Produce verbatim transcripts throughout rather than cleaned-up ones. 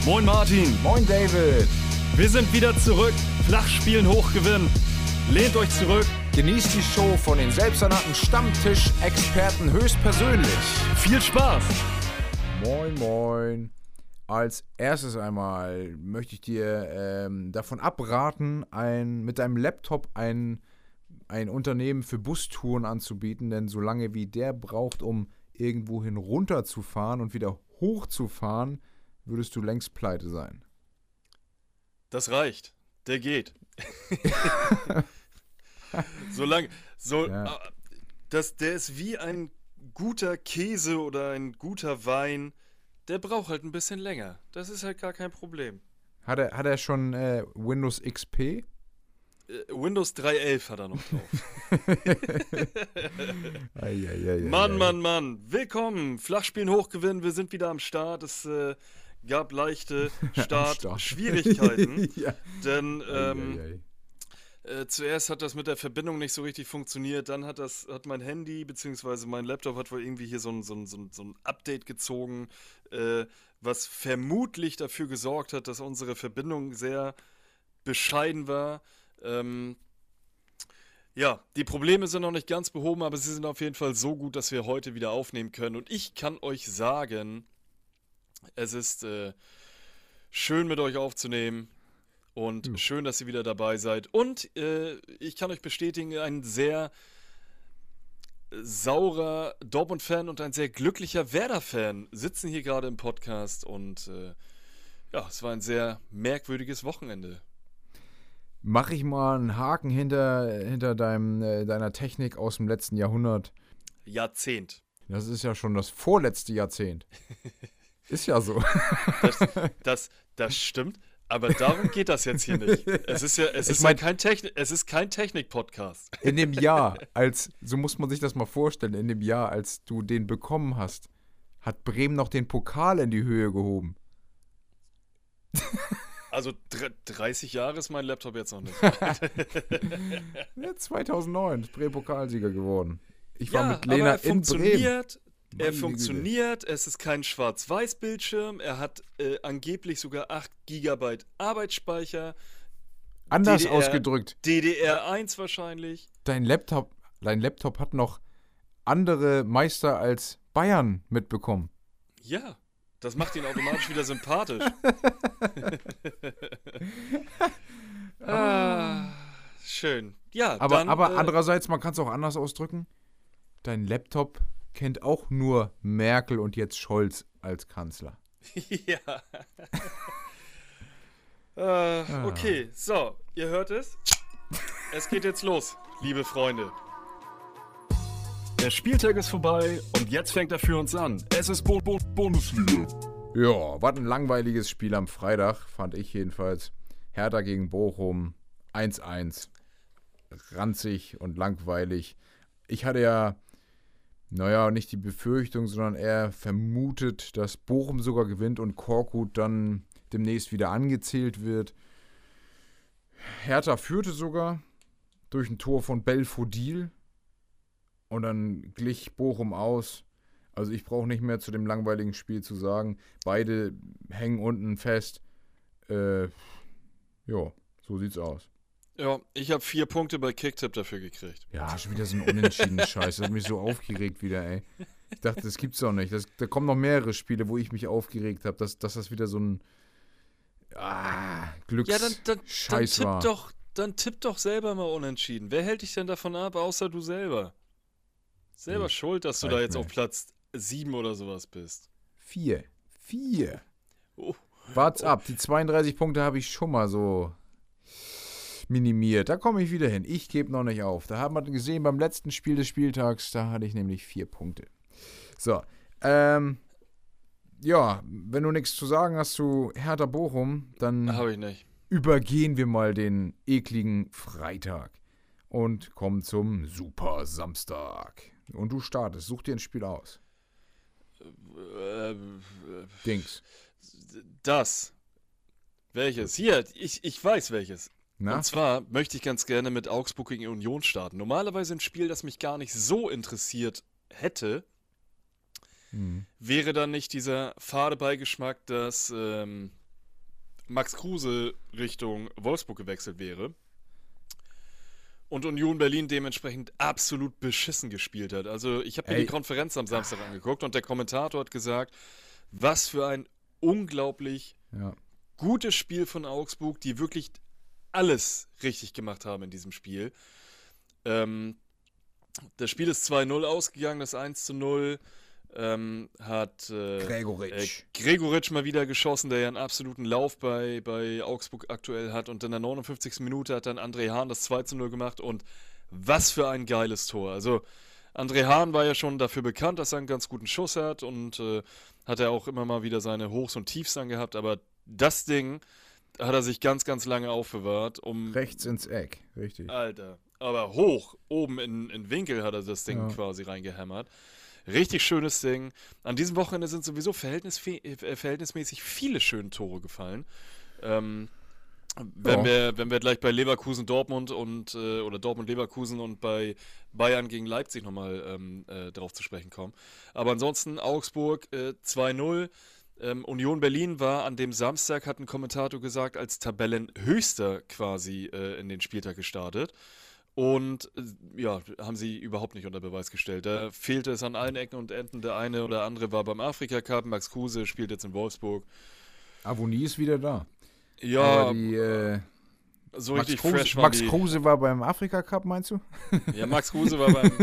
Moin Martin. Moin David. Wir sind wieder zurück. Flachspielen hochgewinnen. Lehnt euch zurück. Genießt die Show von den selbsternannten Stammtisch-Experten höchstpersönlich. Viel Spaß. Moin moin. Als erstes einmal möchte ich dir ähm, davon abraten, ein, mit deinem Laptop ein, ein Unternehmen für Bustouren anzubieten, denn solange wie der braucht, um irgendwohin runterzufahren und wieder hochzufahren, würdest du längst pleite sein. Das reicht. Der geht. Solange, so, Ja. das, der ist wie ein guter Käse oder ein guter Wein. Der braucht halt ein bisschen länger. Das ist halt gar kein Problem. Hat er, hat er schon äh, Windows X P? Äh, Windows drei Punkt elf hat er noch drauf. ei, ei, ei, Mann, ei. Mann, Mann. Willkommen. Flachspielen hochgewinnen. Wir sind wieder am Start. Es äh, gab leichte Start. Startschwierigkeiten. ja. Denn Ei, ähm, ei, ei. Äh, zuerst hat das mit der Verbindung nicht so richtig funktioniert, dann hat das hat mein Handy bzw. mein Laptop hat wohl irgendwie hier so ein, so ein, so ein, so ein Update gezogen, äh, was vermutlich dafür gesorgt hat, dass unsere Verbindung sehr bescheiden war. Ähm, ja, die Probleme sind noch nicht ganz behoben, aber sie sind auf jeden Fall so gut, dass wir heute wieder aufnehmen können. Und ich kann euch sagen, es ist äh, schön mit euch aufzunehmen. Und Ja. schön, dass ihr wieder dabei seid. Und äh, ich kann euch bestätigen, ein sehr saurer Dortmund-Fan und ein sehr glücklicher Werder-Fan sitzen hier gerade im Podcast. Und äh, ja, es war ein sehr merkwürdiges Wochenende. Mach ich mal einen Haken hinter, hinter deinem, äh, deiner Technik aus dem letzten Jahrhundert. Jahrzehnt. Das ist ja schon das vorletzte Jahrzehnt. Ist ja so. Das, das, das stimmt. Aber darum geht das jetzt hier nicht. Es ist ja, es Ich ist mein- ja kein Technik, es ist kein Technik-Podcast. In dem Jahr, als, so muss man sich das mal vorstellen, in dem Jahr, als du den bekommen hast, hat Bremen noch den Pokal in die Höhe gehoben. Also dr- dreißig Jahre ist mein Laptop jetzt noch nicht. Ja, zweitausendneun ist Bremen Pokalsieger geworden. Ich war Ja, mit Lena aber er in Bremen. funktioniert. Er Meine funktioniert, es ist kein Schwarz-Weiß-Bildschirm, er hat äh, angeblich sogar acht Gigabyte Arbeitsspeicher. Anders D D R ausgedrückt, D D R eins wahrscheinlich. dein Laptop, dein Laptop hat noch andere Meister als Bayern mitbekommen. Ja, das macht ihn automatisch wieder sympathisch. ah, schön. Ja, Aber, dann, aber äh, andererseits, man kann es auch anders ausdrücken. Dein Laptop kennt auch nur Merkel und jetzt Scholz als Kanzler. ja. äh, okay, so, ihr hört es. Es geht jetzt los, liebe Freunde. Der Spieltag ist vorbei und jetzt fängt er für uns an. Es ist Bo Bo Bundesliga. Ja, was ein langweiliges Spiel am Freitag, fand ich jedenfalls. Hertha gegen Bochum, eins eins. Ranzig und langweilig. Ich hatte ja, naja, nicht die Befürchtung, sondern eher vermutet, dass Bochum sogar gewinnt und Korkut dann demnächst wieder angezählt wird. Hertha führte sogar durch ein Tor von Belfodil und dann glich Bochum aus. Also ich brauche nicht mehr zu dem langweiligen Spiel zu sagen. Beide hängen unten fest. Äh, ja, so sieht's aus. Ja, ich habe vier Punkte bei Kicktipp dafür gekriegt. Ja, schon wieder so ein unentschiedener Scheiß. Das hat mich so aufgeregt wieder, ey. Ich dachte, das gibt's doch nicht. Das, da kommen noch mehrere Spiele, wo ich mich aufgeregt habe, dass, dass das wieder so ein ah, Glücks Ja, dann, dann, dann, Scheiß tipp war. doch, dann tipp doch selber mal unentschieden. Wer hält dich denn davon ab, außer du selber? Selber Ich schuld, dass du reicht da jetzt mir. auf Platz sieben oder sowas bist. Vier. Vier. Oh, Wart's ab. Die zweiunddreißig Punkte habe ich schon mal so minimiert. Da komme ich wieder hin. Ich gebe noch nicht auf. Da haben wir gesehen beim letzten Spiel des Spieltags, da hatte ich nämlich vier Punkte. So, ähm, ja, wenn du nichts zu sagen hast zu Hertha Bochum, dann habe ich nicht. übergehen wir mal den ekligen Freitag und kommen zum Super Samstag. Und du startest. Such dir ein Spiel aus. Äh, äh, Dings. Das. Welches? Hier, ich, ich weiß welches. Na? Und zwar möchte ich ganz gerne mit Augsburg gegen Union starten. Normalerweise ein Spiel, das mich gar nicht so interessiert hätte, Hm. wäre dann nicht dieser fade Beigeschmack, dass ähm, Max Kruse Richtung Wolfsburg gewechselt wäre und Union Berlin dementsprechend absolut beschissen gespielt hat. Also ich habe mir Ey. die Konferenz am Samstag angeguckt und der Kommentator hat gesagt, was für ein unglaublich Ja. gutes Spiel von Augsburg, die wirklich alles richtig gemacht haben in diesem Spiel. Ähm, das Spiel ist zwei null ausgegangen, das eins zu null ähm, hat äh, Gregoritsch. äh, Gregoritsch mal wieder geschossen, der ja einen absoluten Lauf bei, bei Augsburg aktuell hat. Und in der neunundfünfzigsten Minute hat dann André Hahn das zwei zu null gemacht. Und was für ein geiles Tor. Also André Hahn war ja schon dafür bekannt, dass er einen ganz guten Schuss hat. Und äh, hat er auch immer mal wieder seine Hochs und Tiefs dann gehabt. Aber das Ding hat er sich ganz, ganz lange aufbewahrt, um... Rechts ins Eck, richtig. Alter, aber hoch, oben in, in Winkel hat er das Ding Ja. quasi reingehämmert. Richtig schönes Ding. An diesem Wochenende sind sowieso verhältnisfäh- äh, verhältnismäßig viele schöne Tore gefallen. Ähm, wenn, Ja. wir, wenn wir gleich bei Leverkusen Dortmund und äh, oder Dortmund Leverkusen und bei Bayern gegen Leipzig nochmal ähm, äh, drauf zu sprechen kommen. Aber ansonsten Augsburg äh, zwei null. Ähm, Union Berlin war an dem Samstag, hat ein Kommentator gesagt, als Tabellenhöchster quasi äh, in den Spieltag gestartet. Und äh, ja, haben sie überhaupt nicht unter Beweis gestellt. Da fehlte es an allen Ecken und Enden. Der eine oder andere war beim Afrika Cup. Max Kruse spielt jetzt in Wolfsburg. Avonie ist wieder da. Ja, Aber die, äh, so Max, richtig Kruse, fresh waren Max die. Kruse war beim Afrika Cup, meinst du? Ja, Max Kruse war beim.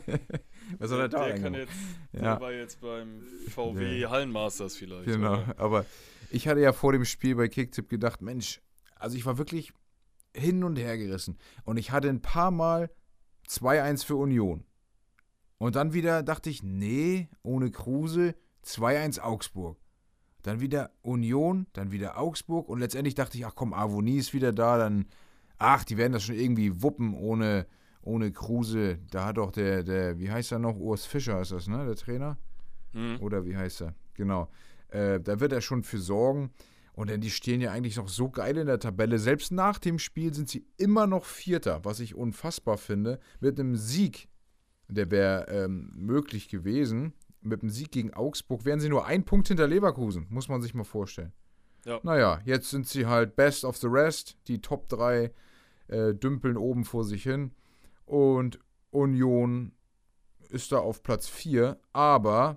Was soll er da der, denn kann gemacht? jetzt, Ja. der war jetzt beim V W Der- Hallenmasters vielleicht. Genau, oder? aber ich hatte ja vor dem Spiel bei Kicktipp gedacht, Mensch, also ich war wirklich hin und her gerissen. Und ich hatte ein paar Mal zwei eins für Union. Und dann wieder dachte ich, nee, ohne Kruse, zwei eins Augsburg. Dann wieder Union, dann wieder Augsburg. Und letztendlich dachte ich, ach komm, Avonie ist wieder da, dann, ach, die werden das schon irgendwie wuppen ohne, ohne Kruse. Da hat doch der, der, wie heißt er noch? Urs Fischer ist das, ne, der Trainer? Hm. Oder wie heißt er? Genau. Äh, da wird er schon für sorgen. Und denn die stehen ja eigentlich noch so geil in der Tabelle. Selbst nach dem Spiel sind sie immer noch Vierter, was ich unfassbar finde. Mit einem Sieg, der wäre ähm, möglich gewesen, mit einem Sieg gegen Augsburg wären sie nur ein Punkt hinter Leverkusen. Muss man sich mal vorstellen. Ja. Naja, jetzt sind sie halt best of the rest. Die Top drei äh, dümpeln oben vor sich hin. Und Union ist da auf Platz vier, aber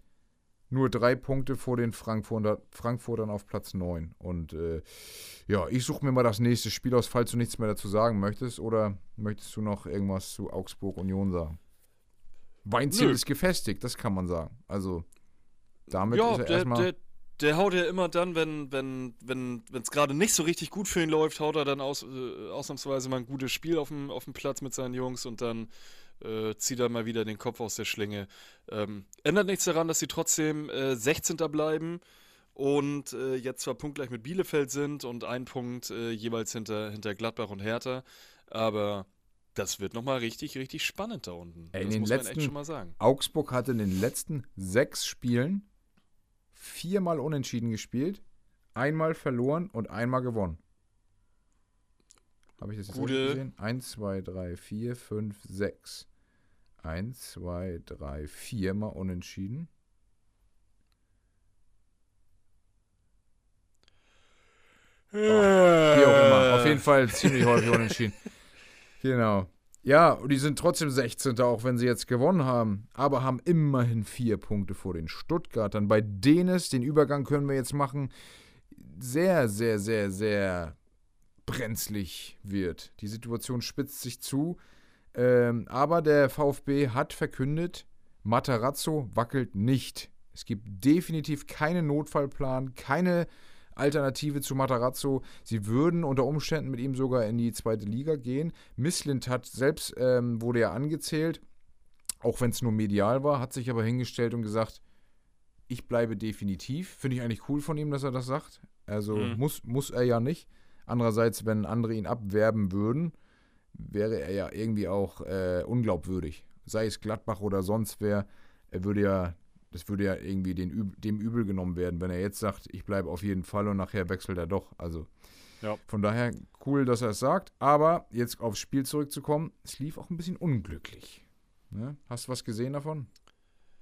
nur drei Punkte vor den Frankfurter, Frankfurtern auf Platz neun. Und äh, ja, ich suche mir mal das nächste Spiel aus, falls du nichts mehr dazu sagen möchtest. Oder möchtest du noch irgendwas zu Augsburg Union sagen? Weinziel Nö. ist gefestigt, das kann man sagen. Also, damit Ja, ist er der, erstmal... der, der haut ja immer dann, wenn wenn wenn wenn es gerade nicht so richtig gut für ihn läuft, haut er dann aus, äh, ausnahmsweise mal ein gutes Spiel auf dem, auf dem Platz mit seinen Jungs und dann äh, zieht er mal wieder den Kopf aus der Schlinge. Ähm, ändert nichts daran, dass sie trotzdem äh, sechzehnter bleiben und äh, jetzt zwar punktgleich mit Bielefeld sind und ein Punkt äh, jeweils hinter, hinter Gladbach und Hertha, aber das wird nochmal richtig, richtig spannend da unten. Ey, in das den muss man letzten- echt schon mal sagen. Augsburg hat in den letzten sechs Spielen viermal unentschieden gespielt, einmal verloren und einmal gewonnen. Habe ich das jetzt Gute- richtig gesehen? eins, zwei, drei, vier, fünf, sechs. eins, zwei, drei, vier mal unentschieden. Wie auch immer. Auf jeden Fall ziemlich häufig unentschieden. Genau. Ja, und die sind trotzdem sechzehnter, auch wenn sie jetzt gewonnen haben. Aber haben immerhin vier Punkte vor den Stuttgartern. Bei Denis, den Übergang können wir jetzt machen, sehr, sehr, sehr, sehr brenzlig wird. Die Situation spitzt sich zu. Ähm, aber der VfB hat verkündet, Matarazzo wackelt nicht. Es gibt definitiv keinen Notfallplan, keine Alternative zu Matarazzo. Sie würden unter Umständen mit ihm sogar in die zweite Liga gehen. Misslint hat selbst, ähm, wurde ja angezählt, auch wenn es nur medial war, hat sich aber hingestellt und gesagt, ich bleibe definitiv. Finde ich eigentlich cool von ihm, dass er das sagt. Also Mhm. muss, muss er ja nicht. Andererseits, wenn andere ihn abwerben würden, wäre er ja irgendwie auch äh, unglaubwürdig. Sei es Gladbach oder sonst wer, er würde ja, das würde ja irgendwie den, Üb- dem übel genommen werden, wenn er jetzt sagt, ich bleibe auf jeden Fall und nachher wechselt er doch. Also Ja. von daher cool, dass er es sagt. Aber jetzt aufs Spiel zurückzukommen, es lief auch ein bisschen unglücklich. Ne? Hast du was gesehen davon?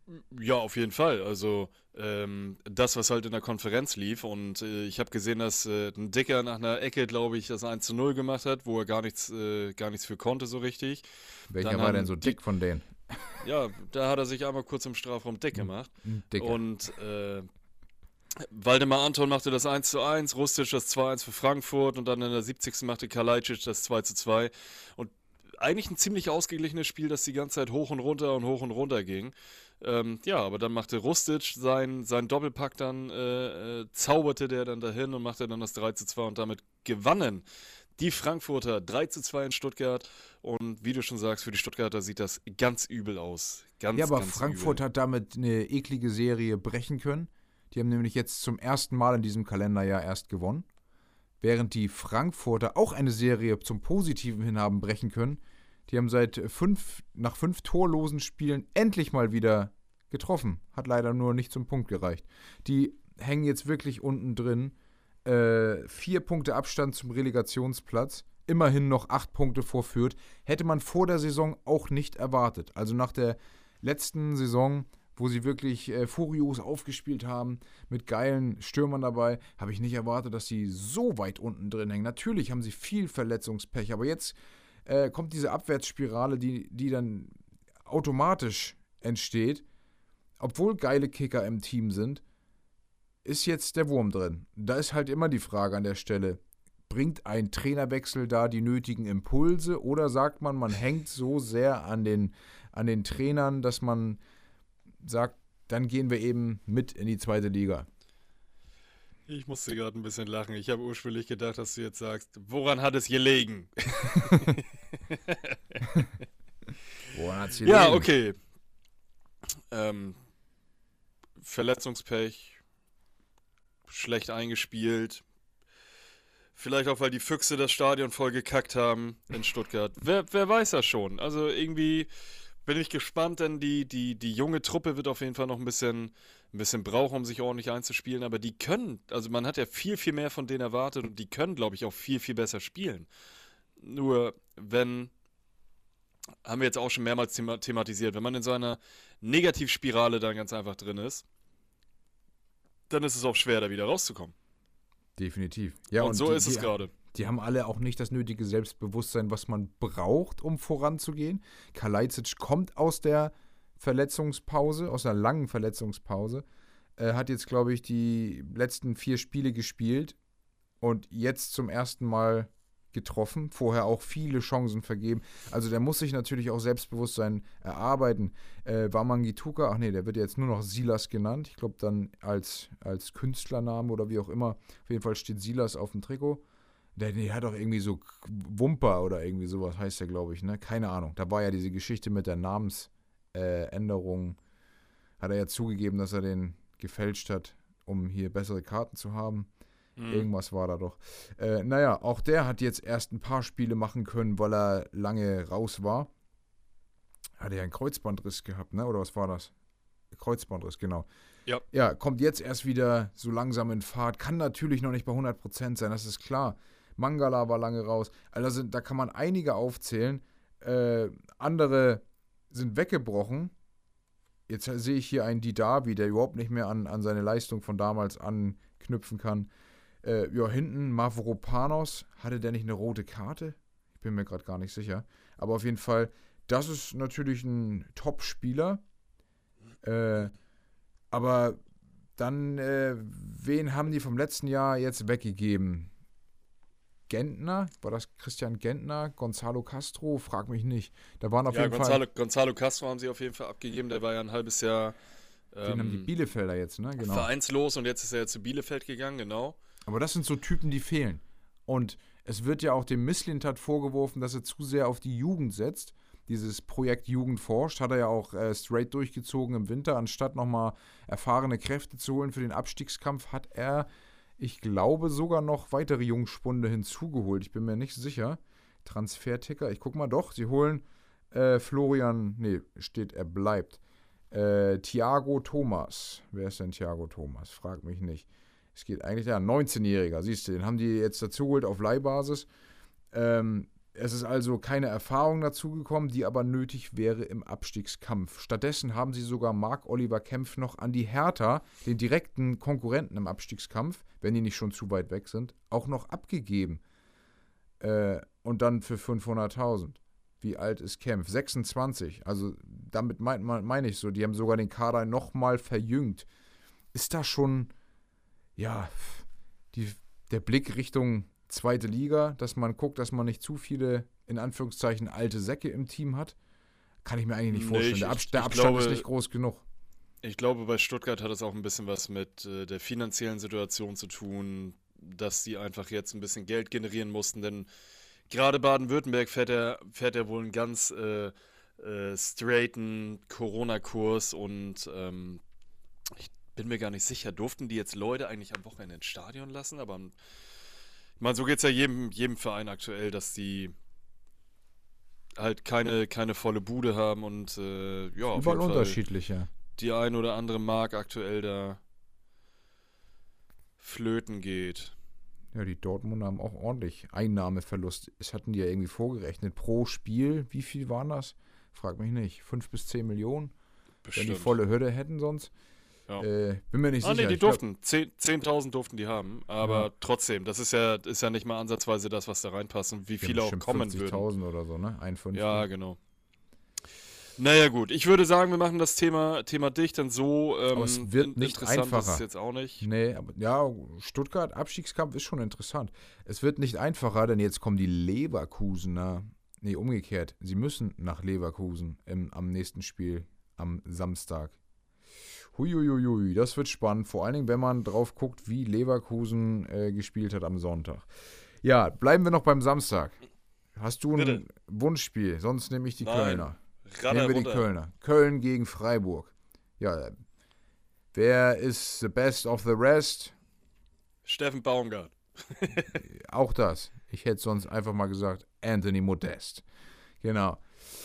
Ja, auf jeden Fall. Also ähm, das, was halt in der Konferenz lief. Und äh, ich habe gesehen, dass äh, ein Dicker nach einer Ecke, glaube ich, das eins zu null gemacht hat, wo er gar nichts, äh, gar nichts für konnte so richtig. Welcher Dann war denn haben so die, dick von denen? ja, da hat er sich einmal kurz im Strafraum dick Ein, gemacht. ein Dicker. Und äh, Waldemar Anton machte das eins zu eins, Rustic das zwei eins für Frankfurt und dann in der siebzigsten machte Kalajdzic das zwei zu zwei. Und eigentlich ein ziemlich ausgeglichenes Spiel, das die ganze Zeit hoch und runter und hoch und runter ging. Ähm, ja, aber dann machte Rustic sein, sein Doppelpack dann, äh, äh, zauberte der dann dahin und machte dann das drei zu zwei und damit gewannen die Frankfurter drei zu zwei in Stuttgart. Und wie du schon sagst, für die Stuttgarter sieht das ganz übel aus. Ja, Ganz, aber ganz Frankfurt übel. hat damit eine eklige Serie brechen können. Die haben nämlich jetzt zum ersten Mal in diesem Kalenderjahr erst gewonnen. Während die Frankfurter auch eine Serie zum Positiven hin haben brechen können. Die haben seit fünf, nach fünf torlosen Spielen endlich mal wieder getroffen. Hat leider nur nicht zum Punkt gereicht. Die hängen jetzt wirklich unten drin. Äh, vier Punkte Abstand zum Relegationsplatz. Immerhin noch acht Punkte vor Fürth. Hätte man vor der Saison auch nicht erwartet. Also nach der letzten Saison, wo sie wirklich äh, furios aufgespielt haben, mit geilen Stürmern dabei, habe ich nicht erwartet, dass sie so weit unten drin hängen. Natürlich haben sie viel Verletzungspech, aber jetzt äh, kommt diese Abwärtsspirale, die, die dann automatisch entsteht, obwohl geile Kicker im Team sind, ist jetzt der Wurm drin. Da ist halt immer die Frage an der Stelle, bringt ein Trainerwechsel da die nötigen Impulse oder sagt man, man hängt so sehr an den, an den Trainern, dass man sagt, dann gehen wir eben mit in die zweite Liga. Ich musste gerade ein bisschen lachen. Ich habe ursprünglich gedacht, dass du jetzt sagst, woran hat es gelegen? Woran hat's hier Ja, gelegen? okay. Ähm, Verletzungspech, schlecht eingespielt. Vielleicht auch, weil die Füchse das Stadion voll gekackt haben in Stuttgart. Wer, wer weiß das schon. Also irgendwie bin ich gespannt, denn die, die, die junge Truppe wird auf jeden Fall noch ein bisschen, ein bisschen brauchen, um sich ordentlich einzuspielen. Aber die können, also man hat ja viel, viel mehr von denen erwartet und die können, glaube ich, auch viel, viel besser spielen. Nur wenn, haben wir jetzt auch schon mehrmals thema thematisiert, wenn man in so einer Negativspirale dann ganz einfach drin ist, dann ist es auch schwer, da wieder rauszukommen. Definitiv. Ja, Und und so die, ist es die, gerade. die haben alle auch nicht das nötige Selbstbewusstsein, was man braucht, um voranzugehen. Kalajdzic kommt aus der Verletzungspause, aus einer langen Verletzungspause, äh, hat jetzt, glaube ich, die letzten vier Spiele gespielt und jetzt zum ersten Mal getroffen, vorher auch viele Chancen vergeben. Also der muss sich natürlich auch Selbstbewusstsein erarbeiten. Äh, Wamangituka, ach nee, der wird jetzt nur noch Silas genannt. Ich glaube dann als, als Künstlername oder wie auch immer. Auf jeden Fall steht Silas auf dem Trikot. Der, der hat auch irgendwie so Wumper oder irgendwie sowas heißt der, glaube ich, ne? Keine Ahnung. Da war ja diese Geschichte mit der Namensänderung. Äh, hat er ja zugegeben, dass er den gefälscht hat, um hier bessere Karten zu haben. Mhm. Irgendwas war da doch. Äh, naja, auch der hat jetzt erst ein paar Spiele machen können, weil er lange raus war. Hat er ja einen Kreuzbandriss gehabt, ne? Oder was war das? Kreuzbandriss, genau. Ja. Ja, kommt jetzt erst wieder so langsam in Fahrt. Kann natürlich noch nicht bei hundert Prozent sein, das ist klar. Mangala war lange raus. Also da kann man einige aufzählen. Äh, andere sind weggebrochen. Jetzt sehe ich hier einen Didavi, der überhaupt nicht mehr an, an seine Leistung von damals anknüpfen kann. Äh, ja, hinten Mavropanos, hatte der nicht eine rote Karte? Ich bin mir gerade gar nicht sicher. Aber auf jeden Fall, das ist natürlich ein Top-Spieler. Äh, aber dann, äh, wen haben die vom letzten Jahr jetzt weggegeben? Gentner? War das Christian Gentner? Gonzalo Castro? Frag mich nicht. Da waren auf Ja, jeden Fall, Gonzalo, Gonzalo Castro haben sie auf jeden Fall abgegeben. Der war ja ein halbes Jahr den haben die ähm, Bielefelder jetzt, ne? Genau. vereinslos und jetzt ist er ja zu Bielefeld gegangen, genau. Aber das sind so Typen, die fehlen. Und es wird ja auch dem Misslintat vorgeworfen, dass er zu sehr auf die Jugend setzt. Dieses Projekt Jugend forscht hat er ja auch äh, straight durchgezogen im Winter. Anstatt nochmal erfahrene Kräfte zu holen für den Abstiegskampf, hat er, ich glaube, sogar noch weitere Jungspunde hinzugeholt. Ich bin mir nicht sicher. Transferticker, ich guck mal doch. Sie holen äh, Florian, nee, steht, er bleibt. Äh, Thiago Thomas. Wer ist denn Thiago Thomas? Frag mich nicht. Es geht eigentlich, ja, neunzehnjähriger, siehst du, den haben die jetzt dazu geholt auf Leihbasis. Ähm, Es ist also keine Erfahrung dazugekommen, die aber nötig wäre im Abstiegskampf. Stattdessen haben sie sogar Marc-Oliver Kempf noch an die Hertha, den direkten Konkurrenten im Abstiegskampf, wenn die nicht schon zu weit weg sind, auch noch abgegeben. Äh, und dann für fünfhunderttausend. Wie alt ist Kempf? sechsundzwanzig. Also damit meine mein ich so, die haben sogar den Kader nochmal verjüngt. Ist da schon, ja, die, der Blick Richtung zweite Liga, dass man guckt, dass man nicht zu viele, in Anführungszeichen, alte Säcke im Team hat? Kann ich mir eigentlich nicht vorstellen. Nee, ich, der, Ab ich, der ich Abstand glaube, ist nicht groß genug. Ich glaube, bei Stuttgart hat es auch ein bisschen was mit äh, der finanziellen Situation zu tun, dass sie einfach jetzt ein bisschen Geld generieren mussten, denn gerade Baden-Württemberg fährt ja, fährt ja wohl einen ganz äh, äh, straighten Corona-Kurs und ähm, ich bin mir gar nicht sicher, durften die jetzt Leute eigentlich am Wochenende ins Stadion lassen? Aber ich meine, so geht es ja jedem, jedem Verein aktuell, dass die halt keine, keine volle Bude haben und äh, ja, auf Überall jeden Fall unterschiedlich, ja. die ein oder andere Mark aktuell da flöten geht. Ja, die Dortmunder haben auch ordentlich Einnahmeverlust. Das hatten die ja irgendwie vorgerechnet. Pro Spiel, wie viel waren das? Frag mich nicht. Fünf bis zehn Millionen? Bestimmt. Wenn die volle Hürde hätten sonst. Ja. Äh, bin mir nicht Ah, sicher. nee, die Ich glaub- durften. Zehn- zehntausend durften die haben. Aber Ja. trotzdem, das ist ja, ist ja nicht mal ansatzweise das, was da reinpasst und wie Ja, viele auch bestimmt kommen würden. fünfzigtausend oder so, ne? Ein Fünftel. Ja, genau. Naja, gut. Ich würde sagen, wir machen das Thema, Thema dicht, denn so ähm, Aber es wird in- nicht interessant ist einfacher. es jetzt auch nicht. Nee, aber ja, Stuttgart, Abstiegskampf ist schon interessant. Es wird nicht einfacher, denn jetzt kommen die Leverkusener. Nee, umgekehrt. Sie müssen nach Leverkusen im, am nächsten Spiel am Samstag. Huiuiui, das wird spannend. Vor allen Dingen, wenn man drauf guckt, wie Leverkusen äh, gespielt hat am Sonntag. Ja, bleiben wir noch beim Samstag. Hast du ein Bitte. Wunschspiel? Sonst nehme ich die Nein. Kölner. Radar Nehmen wir die runter. Kölner. Köln gegen Freiburg. Ja, wer ist the best of the rest? Steffen Baumgart. Auch das. Ich hätte sonst einfach mal gesagt, Anthony Modest. Genau.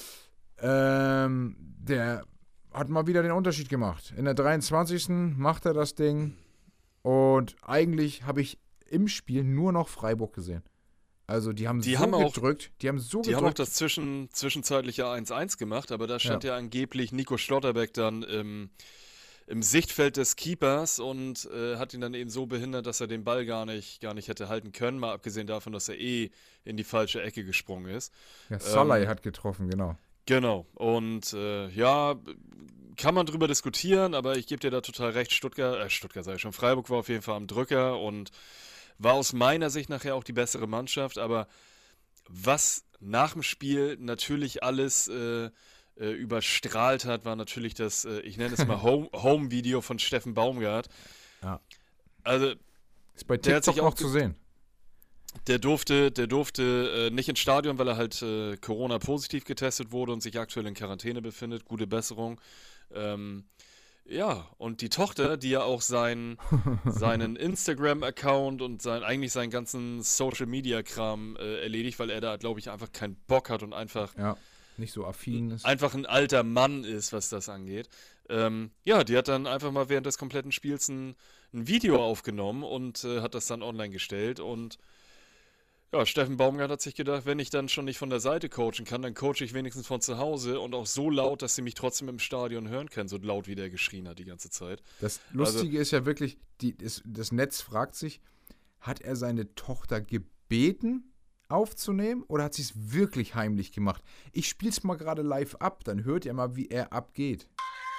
Ähm, der hat mal wieder den Unterschied gemacht. In der dreiundzwanzigsten macht er das Ding. Und eigentlich habe ich im Spiel nur noch Freiburg gesehen. Also die haben Die so haben auch- gedrückt. Die haben so Die haben auch gedrückt. das zwischen, zwischenzeitliche eins eins gemacht, aber da stand ja, angeblich Nico Schlotterbeck dann im, im Sichtfeld des Keepers und äh, hat ihn dann eben so behindert, dass er den Ball gar nicht, gar nicht hätte halten können, mal abgesehen davon, dass er eh in die falsche Ecke gesprungen ist. ja, Salai ähm, hat getroffen, genau. Genau. Und äh, ja, kann man drüber diskutieren, aber ich gebe dir da total recht. Stuttgart, äh, Stuttgart sage ich schon, Freiburg war auf jeden Fall am Drücker und war aus meiner Sicht nachher auch die bessere Mannschaft. Aber was nach dem Spiel natürlich alles äh, äh, überstrahlt hat, war natürlich das, äh, ich nenne es mal Home- Home-Video von Steffen Baumgart. Ja. Also Ist bei der hat TikTok sich noch auch zu ge- sehen. Der durfte, der durfte äh, nicht ins Stadion, weil er halt äh, Corona-positiv getestet wurde und sich aktuell in Quarantäne befindet. Gute Besserung. Ähm, ja, und die Tochter, die ja auch seinen, seinen Instagram-Account und sein, eigentlich seinen ganzen Social-Media-Kram äh, erledigt, weil er da, glaube ich, einfach keinen Bock hat und einfach, Ja, nicht so affin ist. einfach ein alter Mann ist, was das angeht. Ähm, ja, die hat dann einfach mal während des kompletten Spiels ein, ein Video aufgenommen und äh, hat das dann online gestellt und ja, Steffen Baumgart hat sich gedacht, wenn ich dann schon nicht von der Seite coachen kann, dann coache ich wenigstens von zu Hause und auch so laut, dass sie mich trotzdem im Stadion hören können, so laut wie der geschrien hat die ganze Zeit. Das Lustige ist ja wirklich, die, ist, das Netz fragt sich, hat er seine Tochter gebeten aufzunehmen oder hat sie es wirklich heimlich gemacht? Ich spiele es mal gerade live ab, dann hört ihr mal, wie er abgeht.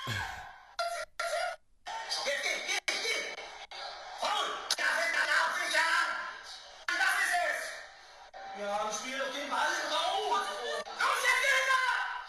Ja, spiel doch den Ball raus! Raus jetzt, Kinder!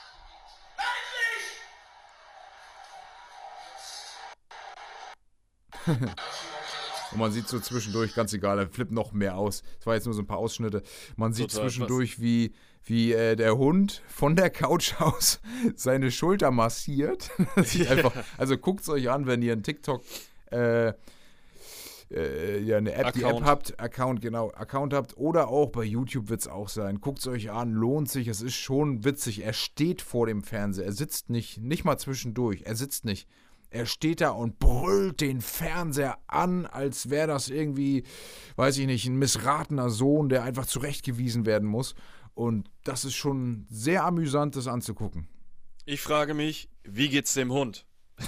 Endlich! Und man sieht so zwischendurch, ganz egal, er flippt noch mehr aus. Das war jetzt nur so ein paar Ausschnitte. Man sieht Total, zwischendurch, wie, wie äh, der Hund von der Couch aus seine Schulter massiert. Das sieht einfach, also guckt es euch an, wenn ihr einen TikTok, äh, äh, ja, eine App, die App Account. habt, Account, genau, Account habt, oder auch bei YouTube wird es auch sein. Guckt es euch an, lohnt sich, es ist schon witzig. Er steht vor dem Fernseher, er sitzt nicht, nicht mal zwischendurch, er sitzt nicht. Er steht da und brüllt den Fernseher an, als wäre das irgendwie, weiß ich nicht, ein missratener Sohn, der einfach zurechtgewiesen werden muss. Und das ist schon sehr amüsant, das anzugucken. Ich frage mich, wie geht's dem Hund?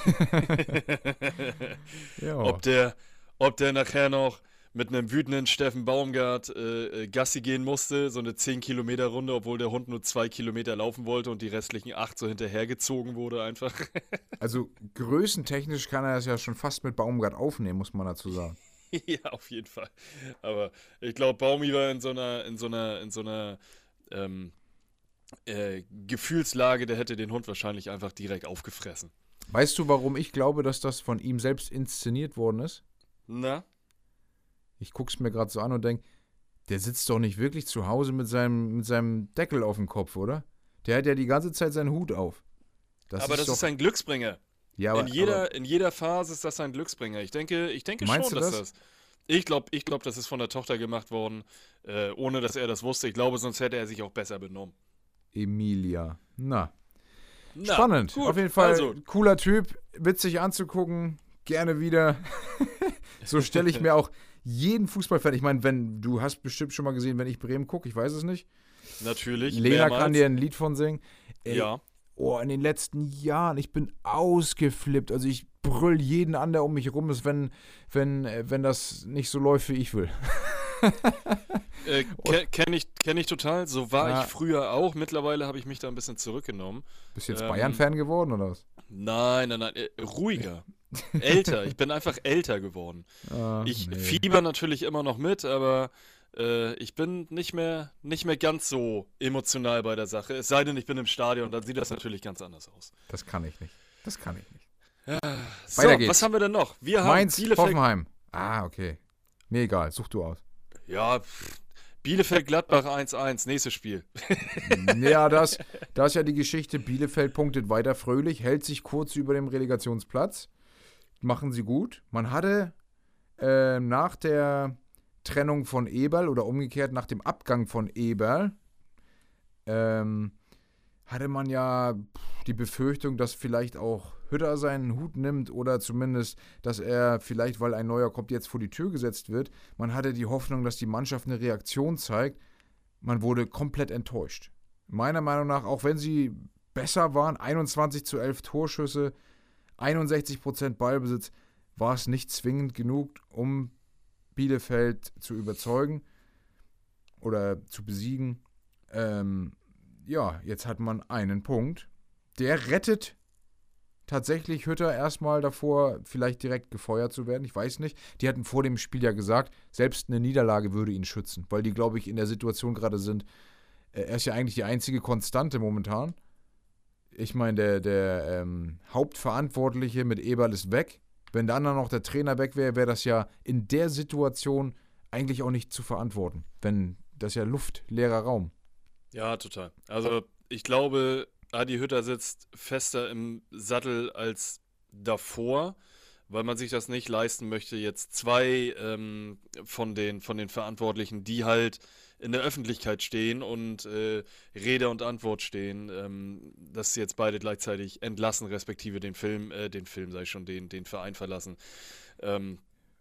Ja. Ob der, ob der nachher noch mit einem wütenden Steffen Baumgart äh, Gassi gehen musste, so eine zehn Kilometer Runde, obwohl der Hund nur zwei Kilometer laufen wollte und die restlichen acht so hinterhergezogen wurde einfach. Also größentechnisch kann er das ja schon fast mit Baumgart aufnehmen, muss man dazu sagen. Ja, auf jeden Fall. Aber ich glaube, Baumi war in so einer, in so einer, in so einer ähm, äh, Gefühlslage, der hätte den Hund wahrscheinlich einfach direkt aufgefressen. Weißt du, warum ich glaube, dass das von ihm selbst inszeniert worden ist? Na? Ich guck's mir gerade so an und denke, der sitzt doch nicht wirklich zu Hause mit seinem, mit seinem Deckel auf dem Kopf, oder? Der hat ja die ganze Zeit seinen Hut auf. Das aber ist das doch, ist ein Glücksbringer. ja, aber, in, jeder, aber, in jeder Phase ist das ein Glücksbringer. Ich denke, ich denke Meinst schon, du dass das? das. Ich glaube, ich glaub, das ist von der Tochter gemacht worden, äh, ohne dass er das wusste. Ich glaube, sonst hätte er sich auch besser benommen. Emilia. Na, Na, spannend. gut, Auf jeden Fall Also, cooler Typ, witzig anzugucken, gerne wieder. So stelle ich mir auch jeden Fußballfan. Ich meine, wenn du hast bestimmt schon mal gesehen, wenn ich Bremen gucke, ich weiß es nicht. natürlich. Lena mehrmals. kann dir ein Lied von singen. Ey, Ja. Oh, in den letzten Jahren, ich bin ausgeflippt. Also ich brüll jeden an, der um mich rum ist, wenn, wenn, äh, wenn das nicht so läuft, wie ich will. Äh, ke Kenne ich, kenn ich total. So war Ja. ich früher auch. Mittlerweile habe ich mich da ein bisschen zurückgenommen. Bist du jetzt Ähm, Bayern-Fan geworden, oder was? Nein, nein, nein. Äh, ruhiger. Älter. Ich bin einfach älter geworden. Ah, Ich nee. fieber natürlich immer noch mit, aber äh, ich bin nicht mehr, nicht mehr ganz so emotional bei der Sache. Es sei denn, ich bin im Stadion, dann sieht das natürlich ganz anders aus. Das kann ich nicht. Das kann ich nicht. So, Weiter geht's. was haben wir denn noch? Wir haben Mainz, Bielefeld. Hoffenheim. Ah, okay. Mir egal, such du aus. Ja, pff, Bielefeld-Gladbach eins eins, nächstes Spiel. Ja, das, das ist ja die Geschichte. Bielefeld punktet weiter fröhlich, hält sich kurz über dem Relegationsplatz. Machen sie gut. Man hatte äh, nach der Trennung von Eberl oder umgekehrt nach dem Abgang von Eberl ähm, hatte man ja die Befürchtung, dass vielleicht auch Hütter seinen Hut nimmt oder zumindest, dass er vielleicht, weil ein neuer kommt, jetzt vor die Tür gesetzt wird. Man hatte die Hoffnung, dass die Mannschaft eine Reaktion zeigt. Man wurde komplett enttäuscht. Meiner Meinung nach, auch wenn sie besser waren, einundzwanzig zu elf Torschüsse, einundsechzig Prozent Ballbesitz, war es nicht zwingend genug, um Bielefeld zu überzeugen oder zu besiegen. Ähm, ja, jetzt hat man einen Punkt. Der rettet tatsächlich Hütter erstmal davor, vielleicht direkt gefeuert zu werden. Ich weiß nicht. Die hatten vor dem Spiel ja gesagt, selbst eine Niederlage würde ihn schützen, weil die, glaube ich, in der Situation gerade sind. Äh, er ist ja eigentlich die einzige Konstante momentan. Ich meine, der, der ähm, Hauptverantwortliche mit Eberl ist weg. Wenn dann noch der Trainer weg wäre, wäre das ja in der Situation eigentlich auch nicht zu verantworten. Wenn das ist ja luftleerer Raum. Ja, total. Also ich glaube, Adi Hütter sitzt fester im Sattel als davor, weil man sich das nicht leisten möchte, jetzt zwei ähm, von den, von den Verantwortlichen, die halt in der Öffentlichkeit stehen und äh, Rede und Antwort stehen, ähm, dass sie jetzt beide gleichzeitig entlassen, respektive den Film, äh, den Film sei schon, den, den Verein verlassen. Ähm,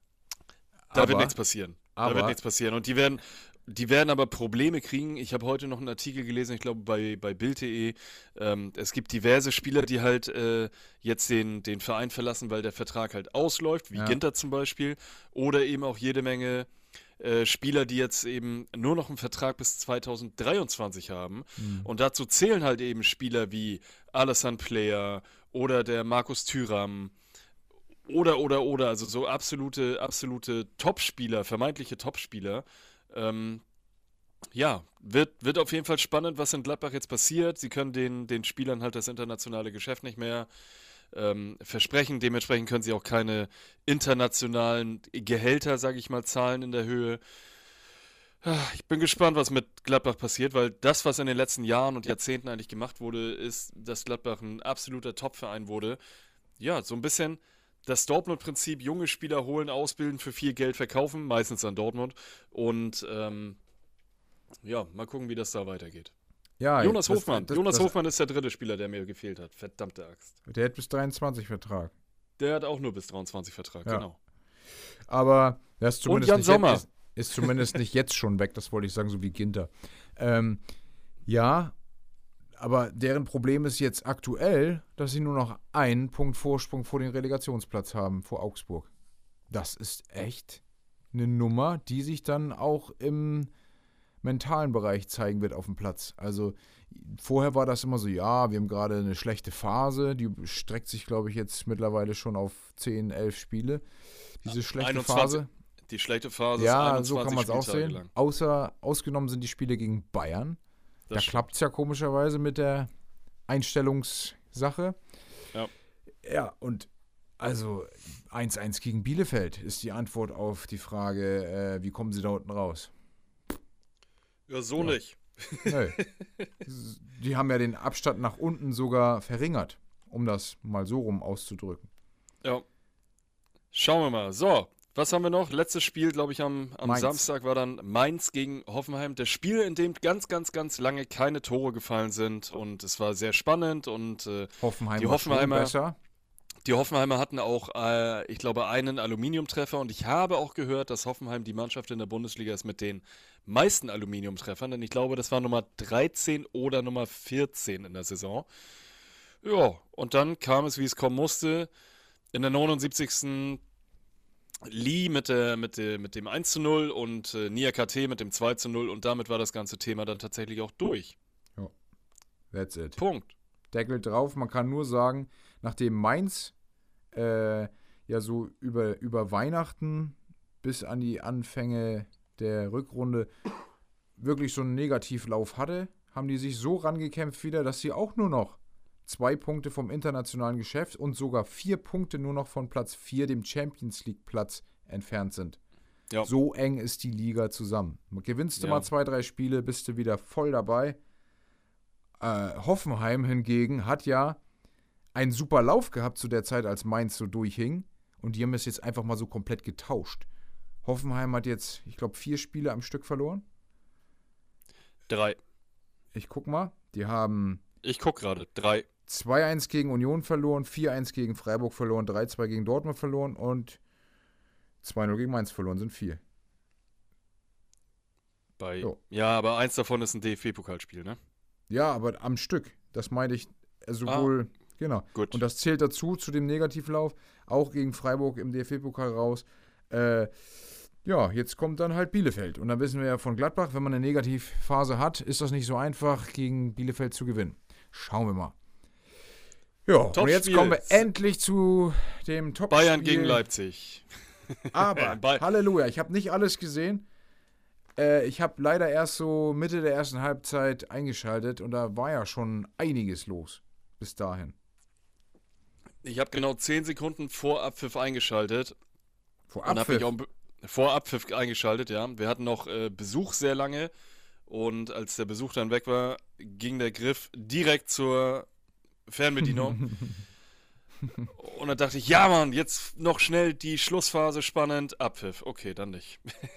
da Aber- wird nichts passieren. Da aber- wird nichts passieren. Und die werden, die werden aber Probleme kriegen. Ich habe heute noch einen Artikel gelesen, ich glaube bei, bei Bild punkt de. Ähm, es gibt diverse Spieler, die halt äh, jetzt den, den Verein verlassen, weil der Vertrag halt ausläuft, wie Ja. Ginter zum Beispiel. Oder eben auch jede Menge äh, Spieler, die jetzt eben nur noch einen Vertrag bis zweitausenddreiundzwanzig haben. Und dazu zählen halt eben Spieler wie Alassane Player oder der Markus Thuram. Oder, oder, oder, also so absolute, absolute Topspieler, vermeintliche Topspieler. Ähm, ja, wird, wird auf jeden Fall spannend, was in Gladbach jetzt passiert. Sie können den, den Spielern halt das internationale Geschäft nicht mehr ähm, versprechen. Dementsprechend können sie auch keine internationalen Gehälter, sage ich mal, zahlen in der Höhe. Ah, Ich bin gespannt, was mit Gladbach passiert, weil das, was in den letzten Jahren und Jahrzehnten eigentlich gemacht wurde, ist, dass Gladbach ein absoluter Topverein wurde. Ja, so ein bisschen das Dortmund-Prinzip, junge Spieler holen, ausbilden, für viel Geld verkaufen, meistens an Dortmund. Und ähm, ja, mal gucken, wie das da weitergeht. Ja, Jonas das- Hofmann. das- Jonas das- Hofmann ist der dritte Spieler, der mir gefehlt hat. Verdammte Axt. Der hat bis dreiundzwanzig Vertrag. Der hat auch nur bis dreiundzwanzig Vertrag, Ja. genau. Aber das ist zumindest, Jan nicht Sommer. Jetzt, ist, ist zumindest nicht jetzt schon weg, das wollte ich sagen, so wie Ginter. Ähm, Ja, aber deren Problem ist jetzt aktuell, dass sie nur noch einen Punkt Vorsprung vor den Relegationsplatz haben, vor Augsburg. Das ist echt eine Nummer, die sich dann auch im mentalen Bereich zeigen wird auf dem Platz. Also vorher war das immer so, ja, wir haben gerade eine schlechte Phase, die streckt sich, glaube ich, jetzt mittlerweile schon auf zehn, elf Spiele. Diese schlechte einundzwanzig Phase. Die schlechte Phase Ja, ist so kann man es auch Spieltage sehen. lang. Außer, ausgenommen sind die Spiele gegen Bayern. Das Da stimmt. klappt es ja komischerweise mit der Einstellungssache. Ja. Ja, und also eins eins gegen Bielefeld ist die Antwort auf die Frage, äh, wie kommen sie da unten raus? Ja, so Ja. nicht. Nö. Die haben ja den Abstand nach unten sogar verringert, um das mal so rum auszudrücken. Ja. Schauen wir mal. So, was haben wir noch? Letztes Spiel, glaube ich, am, am Mainz. Samstag war dann Mainz gegen Hoffenheim. Das Spiel, in dem ganz, ganz, ganz lange keine Tore gefallen sind. Und es war sehr spannend. Und äh, Hoffenheim Die war schon Hoffenheimer- besser. die Hoffenheimer hatten auch, äh, ich glaube, einen Aluminiumtreffer. Und ich habe auch gehört, dass Hoffenheim die Mannschaft in der Bundesliga ist mit den meisten Aluminiumtreffern. Denn ich glaube, das war Nummer dreizehn oder Nummer vierzehn in der Saison. Ja, und dann kam es, wie es kommen musste. In der neunundsiebzigsten Lee mit, der, mit, der, mit dem eins zu null und äh, Nia K T mit dem zwei zu null und damit war das ganze Thema dann tatsächlich auch durch. That's it. Punkt. Deckel drauf. Man kann nur sagen, nachdem Mainz äh, ja so über, über Weihnachten bis an die Anfänge der Rückrunde wirklich so einen Negativlauf hatte, haben die sich so rangekämpft wieder, dass sie auch nur noch zwei Punkte vom internationalen Geschäft und sogar vier Punkte nur noch von Platz vier, dem Champions League Platz, entfernt sind. Ja. So eng ist die Liga zusammen. Gewinnst du Ja. mal zwei, drei Spiele, bist du wieder voll dabei. Äh, Hoffenheim hingegen hat ja einen super Lauf gehabt zu der Zeit, als Mainz so durchhing. Und die haben es jetzt einfach mal so komplett getauscht. Hoffenheim hat jetzt, ich glaube, vier Spiele am Stück verloren. Drei. Ich guck mal. Die haben Ich guck gerade. Drei. zwei eins gegen Union verloren, vier eins gegen Freiburg verloren, drei zwei gegen Dortmund verloren und zwei null gegen Mainz verloren, sind vier. Bei, Jo. ja, aber eins davon ist ein D F B-Pokalspiel, ne? Ja, aber am Stück. Das meinte ich äh, sowohl, genau. Gut. Und das zählt dazu, zu dem Negativlauf, auch gegen Freiburg im D F B-Pokal raus. Äh, ja, jetzt kommt dann halt Bielefeld. Und dann wissen wir ja von Gladbach, wenn man eine Negativphase hat, ist das nicht so einfach, gegen Bielefeld zu gewinnen. Schauen wir mal. Ja, und jetzt Topspiel. kommen wir endlich zu dem Top Bayern gegen Leipzig. Aber, Bei- Halleluja, ich habe nicht alles gesehen. Äh, ich habe leider erst so Mitte der ersten Halbzeit eingeschaltet und da war ja schon einiges los bis dahin. Ich habe genau zehn Sekunden vor Abpfiff eingeschaltet. Vor Und habe mich Abpfiff. auch be- vor Abpfiff eingeschaltet, ja. Wir hatten noch äh, Besuch sehr lange und als der Besuch dann weg war, ging der Griff direkt zur Fernbedienung. Und dann dachte ich, ja Mann, jetzt noch schnell die Schlussphase spannend, Abpfiff. Okay, dann nicht.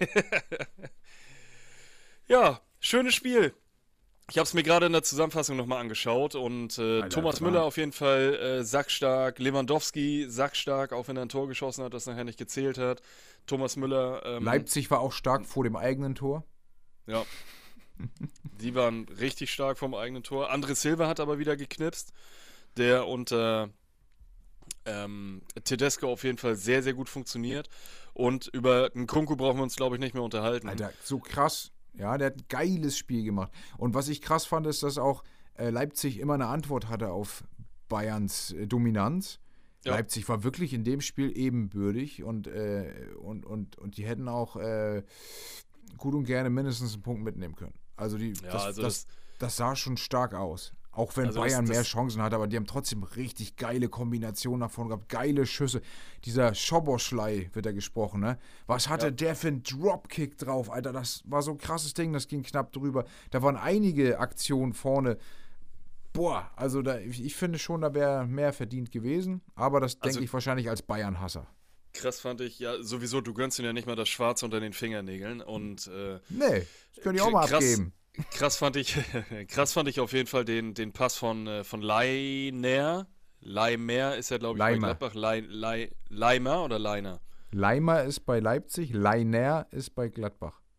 Ja, schönes Spiel. Ich habe es mir gerade in der Zusammenfassung nochmal angeschaut und äh, Alter, Thomas Alter, Müller Mann. auf jeden Fall äh, sackstark, Lewandowski sackstark, auch wenn er ein Tor geschossen hat, das nachher nicht gezählt hat. Thomas Müller, ähm, Leipzig war auch stark vor dem eigenen Tor. ja, die waren richtig stark vom eigenen Tor. André Silva hat aber wieder geknipst, der unter ähm, Tedesco auf jeden Fall sehr, sehr gut funktioniert. Und über Nkunku brauchen wir uns, glaube ich, nicht mehr unterhalten. Alter, so krass. Ja, der hat ein geiles Spiel gemacht. Und was ich krass fand, ist, dass auch äh, Leipzig immer eine Antwort hatte auf Bayerns äh, Dominanz. Ja. Leipzig war wirklich in dem Spiel ebenbürtig und, äh, und, und, und die hätten auch äh, gut und gerne mindestens einen Punkt mitnehmen können. Also, die, Ja, das, also das, das- das sah schon stark aus. Auch wenn Also das- Bayern das- mehr Chancen hatte, aber die haben trotzdem richtig geile Kombinationen nach vorne gehabt, geile Schüsse. Dieser Schoboschlei wird da gesprochen, ne? Was hatte Ja. der für einen Dropkick drauf, Alter? Das war so ein krasses Ding, das ging knapp drüber. Da waren einige Aktionen vorne. Boah, also da, ich, ich finde schon, da wäre mehr verdient gewesen, aber das denke Also- ich wahrscheinlich als Bayern-Hasser. Krass fand ich, ja, sowieso, du gönnst ihm ja nicht mal das Schwarz unter den Fingernägeln und äh, Nee, das können die auch mal krass, abgeben. krass fand ich, krass fand ich auf jeden Fall den, den Pass von, äh, von Leiner. Leimer ist ja, glaube ich, bei Leimer. Gladbach. Lei, Lei, Leimer oder Leiner? Leimer ist bei Leipzig, Leiner ist bei Gladbach.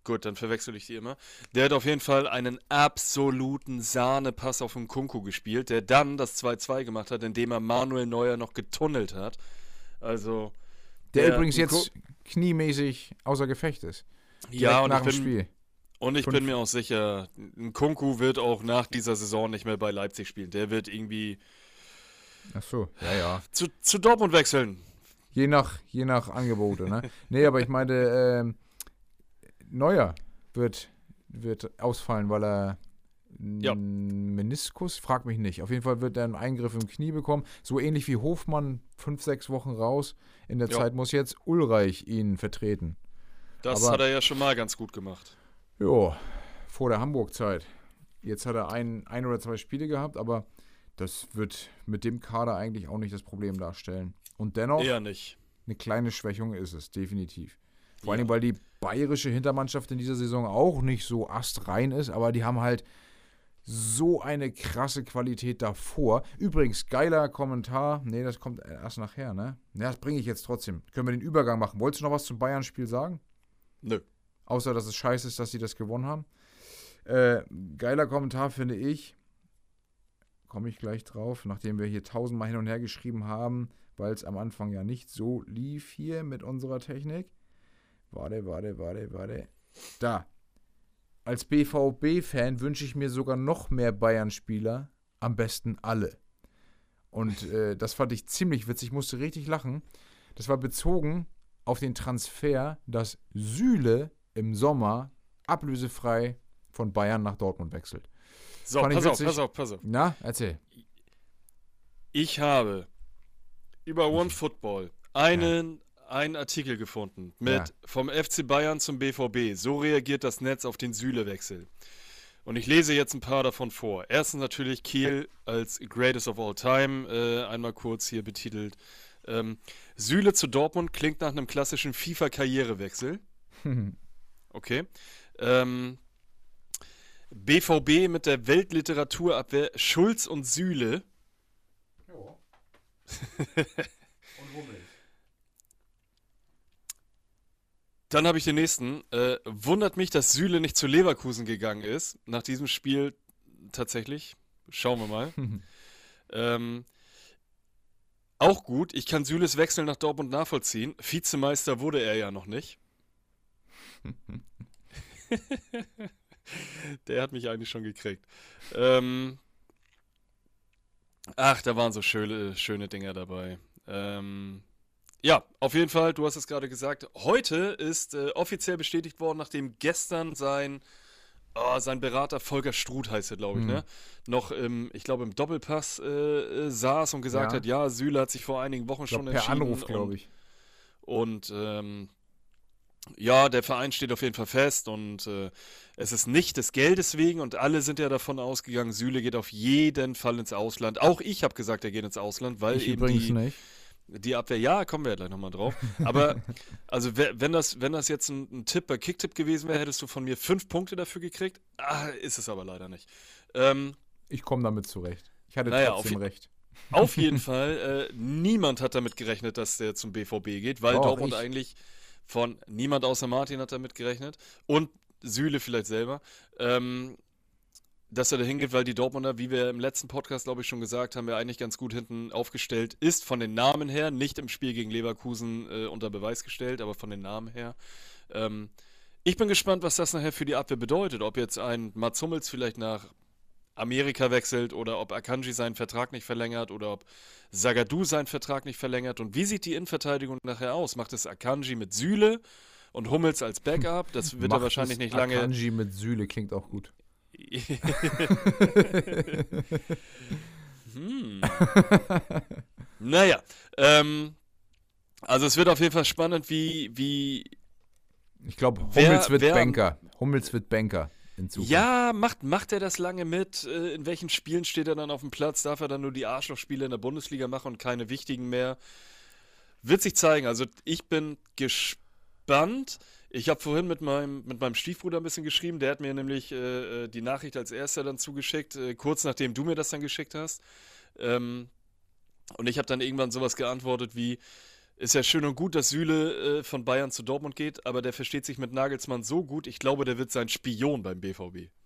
Gut, dann verwechsel ich die immer. Der hat auf jeden Fall einen absoluten Sahnepass auf Nkunku gespielt, der dann das zwei zwei gemacht hat, indem er Manuel Neuer noch getunnelt hat. Also. Der, der übrigens Nku- jetzt kniemäßig außer Gefecht ist. Ja, Direkt und nach ich dem bin, Spiel. und ich Fünf- bin mir auch sicher, Nkunku wird auch nach dieser Saison nicht mehr bei Leipzig spielen. Der wird irgendwie Ach so, ja, ja. zu, zu Dortmund wechseln. Je nach, je nach Angebote, ne? Nee, aber ich meinte, ähm, Neuer wird, wird ausfallen, weil er Ja. einen Meniskus, frag mich nicht. Auf jeden Fall wird er einen Eingriff im Knie bekommen. So ähnlich wie Hofmann, fünf, sechs Wochen raus. In der Ja. Zeit muss jetzt Ulreich ihn vertreten. Das Aber- hat er ja schon mal ganz gut gemacht. Jo, vor der Hamburg-Zeit. Jetzt hat er ein, ein oder zwei Spiele gehabt, aber das wird mit dem Kader eigentlich auch nicht das Problem darstellen. Und dennoch, Eher nicht. eine kleine Schwächung ist es, definitiv. Vor Ja. allem, weil die bayerische Hintermannschaft in dieser Saison auch nicht so astrein ist, aber die haben halt so eine krasse Qualität davor. Übrigens, geiler Kommentar. Nee, das kommt erst nachher, ne? Ja, das bringe ich jetzt trotzdem. Können wir den Übergang machen? Wolltest du noch was zum Bayern-Spiel sagen? Nö. Außer, dass es scheiße ist, dass sie das gewonnen haben. Äh, geiler Kommentar finde ich. Komme ich gleich drauf, nachdem wir hier tausendmal hin und her geschrieben haben, weil es am Anfang ja nicht so lief hier mit unserer Technik. Warte, warte, warte, warte. Da. Als B V B-Fan wünsche ich mir sogar noch mehr Bayern-Spieler, am besten alle. Und äh, das fand ich ziemlich witzig, ich musste richtig lachen. Das war bezogen auf den Transfer, dass Süle im Sommer ablösefrei von Bayern nach Dortmund wechselt. So, Fand ich pass auf, witzig. pass auf, pass auf. Na, erzähl. Ich habe über OneFootball einen, einen Artikel gefunden mit Ja. vom F C Bayern zum B V B. So reagiert das Netz auf den Süle-Wechsel. Und ich lese jetzt ein paar davon vor. Erstens natürlich Kiel als Greatest of All Time, äh, einmal kurz hier betitelt. Ähm, Süle zu Dortmund klingt nach einem klassischen FIFA-Karrierewechsel. Okay. Ähm, B V B mit der Weltliteraturabwehr Schulz und Süle. Dann habe ich den nächsten. Äh, wundert mich, dass Süle nicht zu Leverkusen gegangen ist. Nach diesem Spiel tatsächlich. Schauen wir mal. ähm, auch gut. Ich kann Süles Wechsel nach Dortmund nachvollziehen. Vizemeister wurde er ja noch nicht. Der hat mich eigentlich schon gekriegt. Ähm, ach, da waren so schöne, schöne Dinger dabei. Ähm, ja, auf jeden Fall, du hast es gerade gesagt, heute ist äh, offiziell bestätigt worden, nachdem gestern sein, oh, sein Berater Volker Struth heißt er, glaube ich, Mhm. ne? Noch im, ich glaube, im Doppelpass äh, äh, saß und gesagt Ja. hat, ja, Süle hat sich vor einigen Wochen Ich glaub, schon per entschieden. Anruf, und- glaube ich. Und ähm, ja, der Verein steht auf jeden Fall fest und äh, es ist nicht des Geldes wegen und alle sind ja davon ausgegangen, Süle geht auf jeden Fall ins Ausland. Auch ich habe gesagt, er geht ins Ausland, weil Ich eben übrigens die, nicht. die Abwehr, ja, kommen wir ja gleich nochmal drauf. Aber also we- wenn das, wenn das jetzt ein, ein Tipp bei Kicktipp gewesen wäre, hättest du von mir fünf Punkte dafür gekriegt. Ah, ist es aber leider nicht. Ähm, Ich komme damit zurecht. Ich hatte Naja, trotzdem auf je- recht. Auf jeden Fall, äh, niemand hat damit gerechnet, dass der zum B V B geht, weil Doch, Dortmund ich. eigentlich von niemand außer Martin hat damit gerechnet und Süle vielleicht selber, ähm, dass er dahin geht, weil die Dortmunder, wie wir im letzten Podcast, glaube ich, schon gesagt haben, ja eigentlich ganz gut hinten aufgestellt ist, von den Namen her, nicht im Spiel gegen Leverkusen äh, unter Beweis gestellt, aber von den Namen her. Ähm, ich bin gespannt, was das nachher für die Abwehr bedeutet, ob jetzt ein Mats Hummels vielleicht nach Amerika wechselt oder ob Akanji seinen Vertrag nicht verlängert oder ob Zagadou seinen Vertrag nicht verlängert. Und wie sieht die Innenverteidigung nachher aus? Macht es Akanji mit Süle und Hummels als Backup? Das wird er Macht wahrscheinlich es nicht lange. Akanji mit Süle klingt auch gut. hm. Naja, ähm, also es wird auf jeden Fall spannend, wie, wie Ich glaube, Wer- Hummels wird wer- Banker. Hummels wird Banker in Zukunft. Ja, macht, macht er das lange mit? Äh, In welchen Spielen steht er dann auf dem Platz? Darf er dann nur die Arschlochspiele in der Bundesliga machen und keine wichtigen mehr? Wird sich zeigen. Also ich bin gespannt. Ich habe vorhin mit meinem, mit meinem Stiefbruder ein bisschen geschrieben. Der hat mir nämlich äh, äh, die Nachricht als erster dann zugeschickt, äh, kurz nachdem du mir das dann geschickt hast. Ähm, und ich habe dann irgendwann sowas geantwortet wie, ist ja schön und gut, dass Süle äh, von Bayern zu Dortmund geht, aber der versteht sich mit Nagelsmann so gut, ich glaube, der wird sein Spion beim B V B.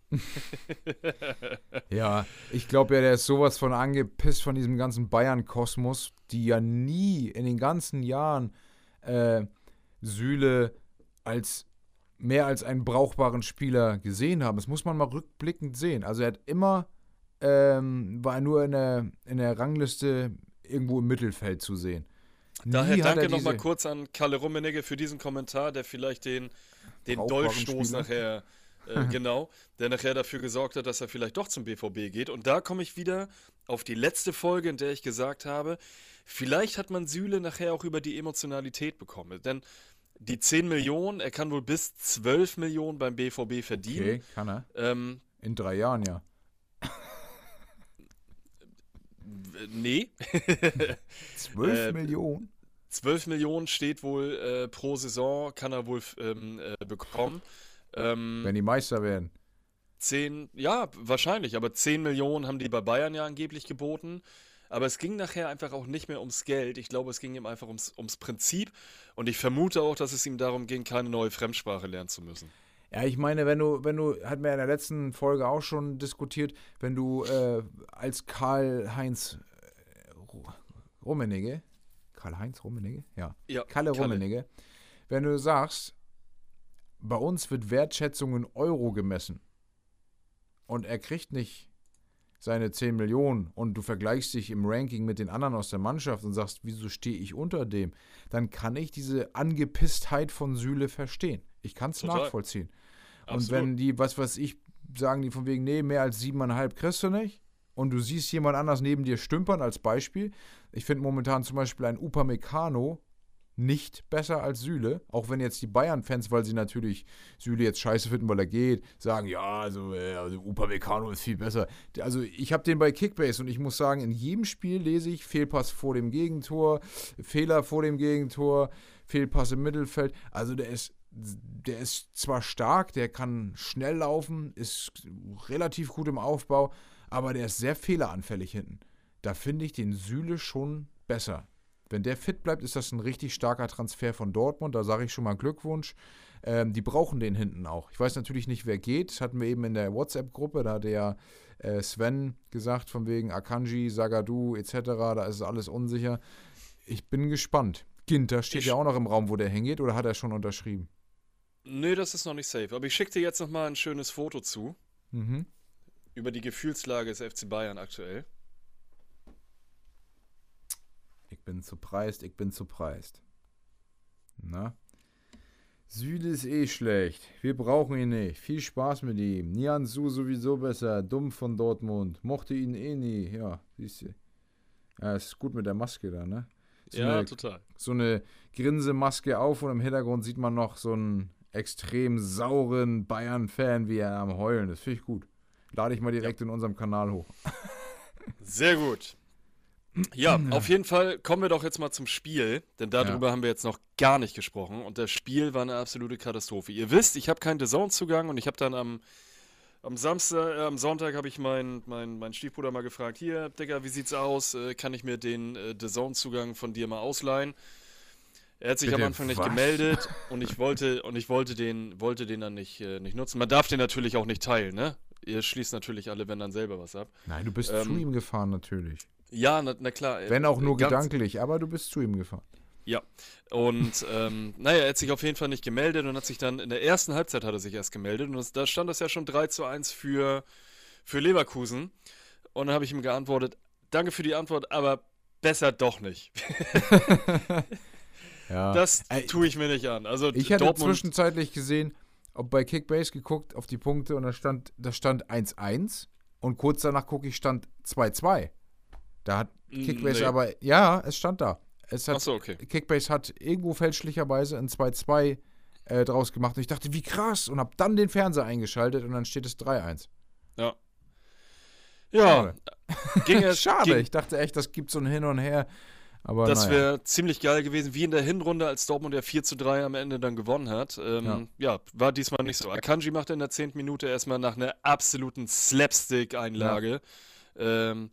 Ja, ich glaube ja, der ist sowas von angepisst von diesem ganzen Bayern-Kosmos, die ja nie in den ganzen Jahren äh, Süle als mehr als einen brauchbaren Spieler gesehen haben. Das muss man mal rückblickend sehen. Also er hat immer, ähm, war nur in der, in der Rangliste irgendwo im Mittelfeld zu sehen. Daher Nie hat danke er nochmal diese kurz an Kalle Rummenigge für diesen Kommentar, der vielleicht den, den brauchbaren Dolchstoß Spieler. nachher, äh, genau, der nachher dafür gesorgt hat, dass er vielleicht doch zum B V B geht. Und da komme ich wieder auf die letzte Folge, in der ich gesagt habe, vielleicht hat man Süle nachher auch über die Emotionalität bekommen. Denn die zehn Millionen, er kann wohl bis zwölf Millionen beim B V B verdienen. Okay, kann er. Ähm, In drei Jahren, ja. w- nee. Zwölf Äh, Millionen? zwölf Millionen steht wohl äh, pro Saison, kann er wohl ähm, äh, bekommen. Ähm, Wenn die Meister werden. zehn, ja, wahrscheinlich, aber zehn Millionen haben die bei Bayern ja angeblich geboten. Aber es ging nachher einfach auch nicht mehr ums Geld. Ich glaube, es ging ihm einfach ums, ums Prinzip. Und ich vermute auch, dass es ihm darum ging, keine neue Fremdsprache lernen zu müssen. Ja, ich meine, wenn du, wenn du, hatten wir in der letzten Folge auch schon diskutiert, wenn du äh, als Karl-Heinz äh, Ru- Rummenigge, Karl-Heinz Rummenigge? Ja. Ja, Kalle Kalle. Rummenigge, wenn du sagst, bei uns wird Wertschätzung in Euro gemessen und er kriegt nicht seine zehn Millionen und du vergleichst dich im Ranking mit den anderen aus der Mannschaft und sagst, wieso stehe ich unter dem, dann kann ich diese Angepisstheit von Süle verstehen. Ich kann es Total. nachvollziehen. Und Absolut. wenn die, was weiß ich, sagen die von wegen, nee, mehr als siebeneinhalb kriegst du nicht und du siehst jemand anders neben dir stümpern als Beispiel. Ich finde momentan zum Beispiel ein Upamecano nicht besser als Süle, auch wenn jetzt die Bayern-Fans, weil sie natürlich Süle jetzt scheiße finden, weil er geht, sagen, ja, also, äh, also Upamecano ist viel besser. Also ich habe den bei Kickbase und ich muss sagen, in jedem Spiel lese ich Fehlpass vor dem Gegentor, Fehler vor dem Gegentor, Fehlpass im Mittelfeld. Also der ist, der ist zwar stark, der kann schnell laufen, ist relativ gut im Aufbau, aber der ist sehr fehleranfällig hinten. Da finde ich den Süle schon besser. Wenn der fit bleibt, ist das ein richtig starker Transfer von Dortmund. Da sage ich schon mal Glückwunsch. Ähm, die brauchen den hinten auch. Ich weiß natürlich nicht, wer geht. Das hatten wir eben in der WhatsApp-Gruppe. Da hat der äh, Sven gesagt, von wegen Akanji, Zagadou et cetera. Da ist alles unsicher. Ich bin gespannt. Ginter steht Ich- ja auch noch im Raum, wo der hingeht. Oder hat er schon unterschrieben? Nö, das ist noch nicht safe. Aber ich schicke dir jetzt nochmal ein schönes Foto zu Mhm. über die Gefühlslage des F C Bayern aktuell. Ich bin zu preist, ich bin zu preist. Na? Süle ist eh schlecht. Wir brauchen ihn nicht. Viel Spaß mit ihm. Nianzou sowieso besser. Dumm von Dortmund. Mochte ihn eh nie. Ja, siehst du. Ja, ist gut mit der Maske da, ne? So Ja, eine, total. so eine Grinsemaske auf und im Hintergrund sieht man noch so einen extrem sauren Bayern-Fan, wie er am Heulen. Das finde ich gut. Lade ich mal direkt in unserem Kanal hoch. Sehr gut. Ja, auf jeden Fall kommen wir doch jetzt mal zum Spiel, denn darüber haben wir jetzt noch gar nicht gesprochen und das Spiel war eine absolute Katastrophe. Ihr wisst, ich habe keinen D A Z N-Zugang und ich habe dann am, am Samstag, äh, am Sonntag habe ich meinen mein, mein Stiefbruder mal gefragt, hier, Digga, wie sieht's aus? Äh, kann ich mir den äh, D A Z N-Zugang von dir mal ausleihen? Er hat sich Bitte am Anfang nicht was? gemeldet und ich wollte und ich wollte den wollte den dann nicht, äh, nicht nutzen. Man darf den natürlich auch nicht teilen, ne? Ihr schließt natürlich alle, wenn dann selber was ab. Nein, du bist Ähm, zu ihm gefahren natürlich. Ja, na, na klar. Wenn auch nur ganz- gedanklich, aber du bist zu ihm gefahren. Ja, und ähm, naja, er hat sich auf jeden Fall nicht gemeldet und hat sich dann in der ersten Halbzeit hat er sich erst gemeldet und das, da stand das ja schon drei zu eins für, für Leverkusen und dann habe ich ihm geantwortet, danke für die Antwort, aber besser doch nicht. Ja. Das Ey, tue ich mir nicht an. Also Ich hatte Dortmund, zwischenzeitlich gesehen, ob bei Kickbase geguckt auf die Punkte und da stand, da stand eins eins und kurz danach gucke ich, stand zwei zwei. Da hat Kickbase Nee. aber, ja, es stand da. Es hat, Achso, okay. Kickbase hat irgendwo fälschlicherweise ein zwei zwei äh, draus gemacht und ich dachte, wie krass und habe dann den Fernseher eingeschaltet und dann steht es drei eins. Ja. Ja, ging es. Schade, ging, ich dachte echt, das gibt so ein Hin und Her. Aber Das naja. wäre ziemlich geil gewesen, wie in der Hinrunde, als Dortmund ja vier zu drei am Ende dann gewonnen hat. Ähm, ja. war diesmal nicht so. Akanji machte in der zehnten Minute erstmal nach einer absoluten Slapstick-Einlage ähm,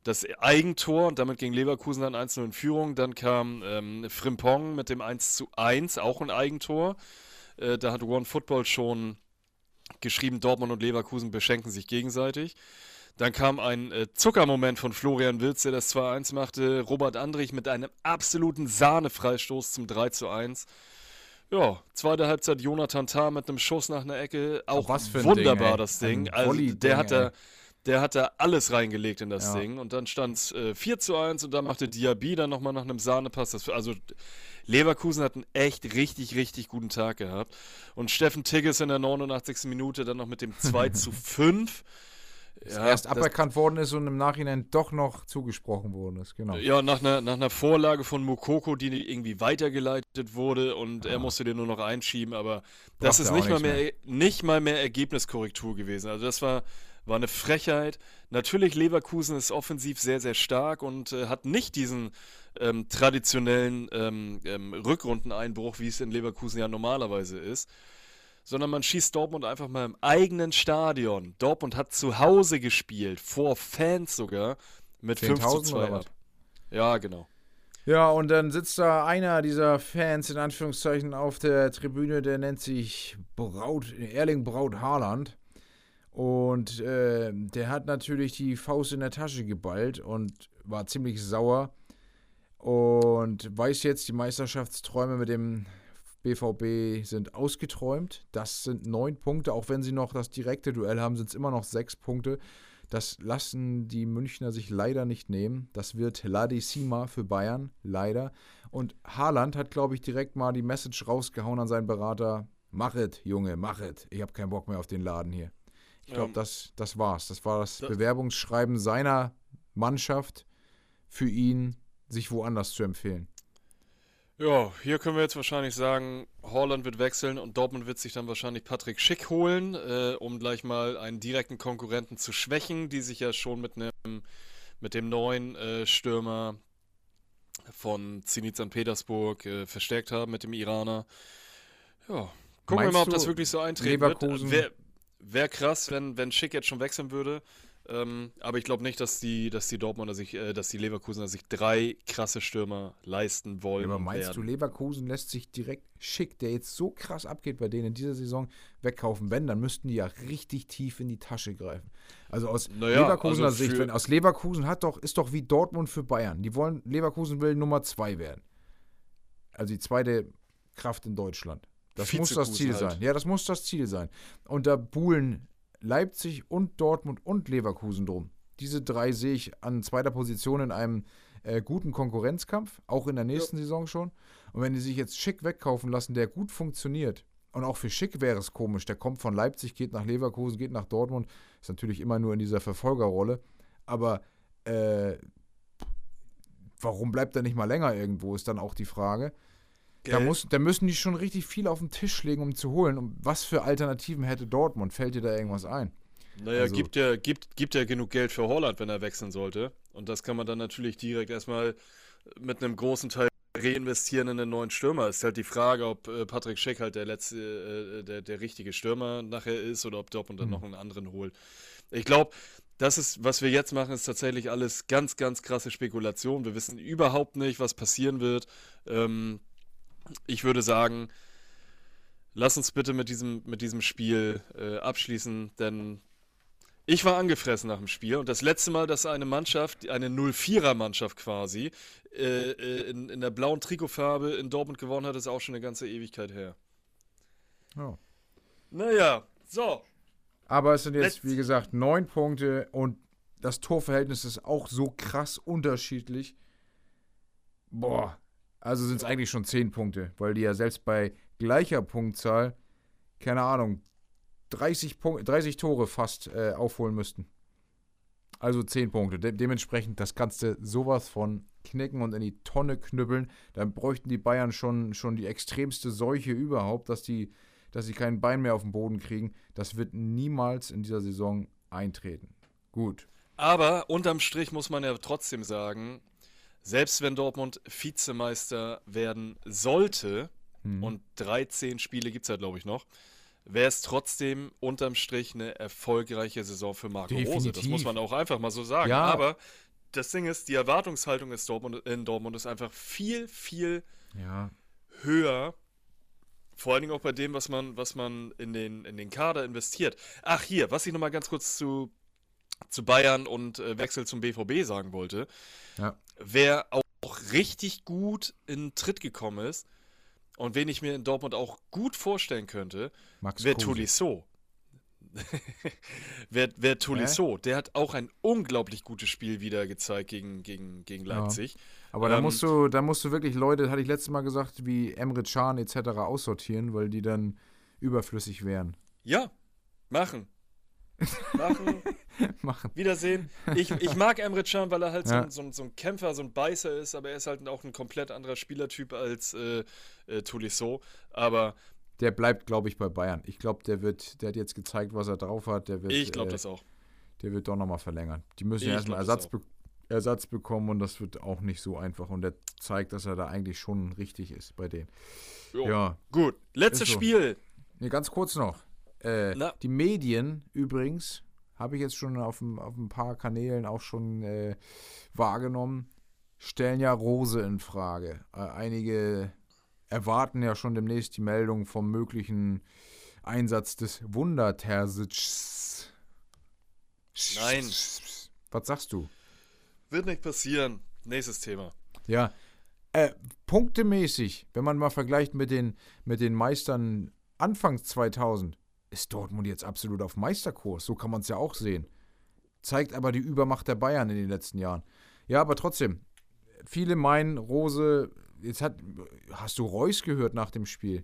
das Eigentor und damit ging Leverkusen dann eins zu null in Führung. Dann kam ähm, Frimpong mit dem eins zu eins, auch ein Eigentor. Äh, da hat OneFootball schon geschrieben, Dortmund und Leverkusen beschenken sich gegenseitig. Dann kam ein äh, Zuckermoment von Florian Wirtz, der das zwei eins machte. Robert Andrich mit einem absoluten Sahnefreistoß zum drei zu eins. Ja, zweite Halbzeit Jonathan Tah mit einem Schuss nach einer Ecke. Auch was für ein wunderbar, Ding, das ey. Ding. Ein Also, Volley-Ding, der hat da, ey. der hat da alles reingelegt in das Ja. Ding. Und dann stand es äh, vier zu eins und dann machte Diaby dann nochmal nach einem Sahnepass. Das, also Leverkusen hat einen echt richtig, richtig guten Tag gehabt. Und Steffen Tigges in der neunundachtzigsten Minute dann noch mit dem zwei zu fünf. Das Ja, erst das- aberkannt worden ist und im Nachhinein doch noch zugesprochen worden ist, genau. Ja, nach einer, nach einer Vorlage von Mukoko, die irgendwie weitergeleitet wurde und er musste den nur noch einschieben, aber das Brachte ist auch nicht mal, nichts mehr, nicht mal mehr Ergebniskorrektur gewesen. Also das war, war eine Frechheit. Natürlich, Leverkusen ist offensiv sehr, sehr stark und äh, hat nicht diesen ähm, traditionellen ähm, ähm, Rückrundeneinbruch, wie es in Leverkusen ja normalerweise ist, sondern man schießt Dortmund einfach mal im eigenen Stadion. Dortmund hat zu Hause gespielt, vor Fans sogar, mit fünf zu zehntausend zwei oder was? ab. Ja, genau. Ja, und dann sitzt da einer dieser Fans in Anführungszeichen auf der Tribüne, der nennt sich Braut, Erling Braut Haaland. Und äh, der hat natürlich die Faust in der Tasche geballt und war ziemlich sauer. Und weiß jetzt, die Meisterschaftsträume mit dem B V B sind ausgeträumt. Das sind neun Punkte. Auch wenn sie noch das direkte Duell haben, sind es immer noch sechs Punkte. Das lassen die Münchner sich leider nicht nehmen. Das wird Ladissima für Bayern, leider. Und Haaland hat, glaube ich, direkt mal die Message rausgehauen an seinen Berater. Mach es, Junge, mach es. Ich habe keinen Bock mehr auf den Laden hier. Ich glaube, Ja. das, das war's. Das war das Das- Bewerbungsschreiben seiner Mannschaft für ihn, sich woanders zu empfehlen. Ja, hier können wir jetzt wahrscheinlich sagen, Haaland wird wechseln und Dortmund wird sich dann wahrscheinlich Patrick Schick holen, äh, um gleich mal einen direkten Konkurrenten zu schwächen, die sich ja schon mit einem mit dem neuen äh, Stürmer von Zenit Sankt Petersburg äh, verstärkt haben, mit dem Iraner. Ja, gucken Meinst wir mal, ob du, das wirklich so eintreten Leverkusen- wird. Wäre wär krass, wenn, wenn Schick jetzt schon wechseln würde. Ähm, aber ich glaube nicht, dass die, dass die Dortmunder sich, äh, dass die Leverkusener sich drei krasse Stürmer leisten wollen. Aber und meinst du, werden. Leverkusen lässt sich direkt Schick, der jetzt so krass abgeht bei denen in dieser Saison, wegkaufen? Wenn, dann müssten die ja richtig tief in die Tasche greifen. Also aus Naja, Leverkusener also Sicht, für- wenn aus Leverkusen hat doch, ist doch wie Dortmund für Bayern. Die wollen, Leverkusen will Nummer zwei werden. Also die zweite Kraft in Deutschland. Das muss das Vizekusen Ziel halt. sein. Ja, das muss das Ziel sein. Und da buhlen Leipzig und Dortmund und Leverkusen drum. Diese drei sehe ich an zweiter Position in einem äh, guten Konkurrenzkampf, auch in der nächsten Saison schon. Und wenn die sich jetzt Schick wegkaufen lassen, der gut funktioniert, und auch für Schick wäre es komisch, der kommt von Leipzig, geht nach Leverkusen, geht nach Dortmund, ist natürlich immer nur in dieser Verfolgerrolle, aber äh, warum bleibt er nicht mal länger irgendwo, ist dann auch die Frage. Da, Geld? muss, da müssen die schon richtig viel auf den Tisch legen, um zu holen. Und was für Alternativen hätte Dortmund? Fällt dir da irgendwas ein? Naja, Also- gibt ja, gibt, gibt ja genug Geld für Holland, wenn er wechseln sollte. Und das kann man dann natürlich direkt erstmal mit einem großen Teil reinvestieren in einen neuen Stürmer. Ist halt die Frage, ob äh, Patrick Schick halt der letzte, äh, der, der richtige Stürmer nachher ist oder ob Dortmund dann Mhm. noch einen anderen holt. Ich glaube, das ist, was wir jetzt machen, ist tatsächlich alles ganz, ganz krasse Spekulation. Wir wissen überhaupt nicht, was passieren wird. Ähm, ich würde sagen, lass uns bitte mit diesem, mit diesem Spiel äh, abschließen, denn ich war angefressen nach dem Spiel und das letzte Mal, dass eine Mannschaft, eine null vierer Mannschaft quasi, äh, äh, in, in der blauen Trikotfarbe in Dortmund gewonnen hat, ist auch schon eine ganze Ewigkeit her. Ja. Naja, so. Aber es sind jetzt, Letzt- wie gesagt, neun Punkte und das Torverhältnis ist auch so krass unterschiedlich. Boah, also sind es eigentlich schon zehn Punkte, weil die ja selbst bei gleicher Punktzahl, keine Ahnung, dreißig, Punk- dreißig Tore fast äh, aufholen müssten. Also zehn Punkte. De dementsprechend, das kannst du sowas von knicken und in die Tonne knüppeln. Dann bräuchten die Bayern schon, schon die extremste Seuche überhaupt, dass die, dass sie kein Bein mehr auf den Boden kriegen. Das wird niemals in dieser Saison eintreten. Gut. Aber unterm Strich muss man ja trotzdem sagen, selbst wenn Dortmund Vizemeister werden sollte, Mhm. und dreizehn Spiele gibt es ja, glaube ich, noch, wäre es trotzdem unterm Strich eine erfolgreiche Saison für Marco Rose. Das Definitiv. muss man auch einfach mal so sagen. Ja. Aber das Ding ist, die Erwartungshaltung ist Dortmund, in Dortmund ist einfach viel, viel Ja. höher. Vor allen Dingen auch bei dem, was man, was man in den, in den Kader investiert. Ach, hier, was ich nochmal ganz kurz zu, zu Bayern und äh, Wechsel zum B V B sagen wollte. Ja. Wer auch richtig gut in Tritt gekommen ist und wen ich mir in Dortmund auch gut vorstellen könnte, Max wäre Kruse. Tolisso. wer wer Tolisso, der hat auch ein unglaublich gutes Spiel wieder gezeigt gegen, gegen, gegen Ja. Leipzig. Aber da Ähm, musst du, da musst du wirklich Leute, das hatte ich letztes Mal gesagt, wie Emre Can et cetera aussortieren, weil die dann überflüssig wären. Ja, machen. Machen, Machen. Wiedersehen. Ich, ich mag Emre Can, weil er halt so, Ja. ein, so, ein, so ein Kämpfer, so ein Beißer ist, aber er ist halt auch ein komplett anderer Spielertyp als äh, äh, Tolisso. Aber Der bleibt, glaube ich, bei Bayern. Ich glaube, der wird, der hat jetzt gezeigt, was er drauf hat. Der wird, ich glaube äh, das auch. der wird doch nochmal verlängern. Die müssen Ich ja erstmal glaub das Ersatz, be Ersatz bekommen und das wird auch nicht so einfach. Und der zeigt, dass er da eigentlich schon richtig ist bei denen. Jo. Ja. Gut, letztes Ist so. Spiel. Nee, ganz kurz noch. Äh, Na? die Medien übrigens, habe ich jetzt schon auf, ein- auf ein paar Kanälen auch schon äh, wahrgenommen, stellen ja Rose in Frage. Äh, einige erwarten ja schon demnächst die Meldung vom möglichen Einsatz des Wunder-Terzic's. Nein. Was sagst du? Wird nicht passieren. Nächstes Thema. Ja, äh, punktemäßig, wenn man mal vergleicht mit den, mit den Meistern Anfangs zweitausend, ist Dortmund jetzt absolut auf Meisterkurs. So kann man es ja auch sehen. Zeigt aber die Übermacht der Bayern in den letzten Jahren. Ja, aber trotzdem, viele meinen, Rose, jetzt hat, hast du Reus gehört nach dem Spiel?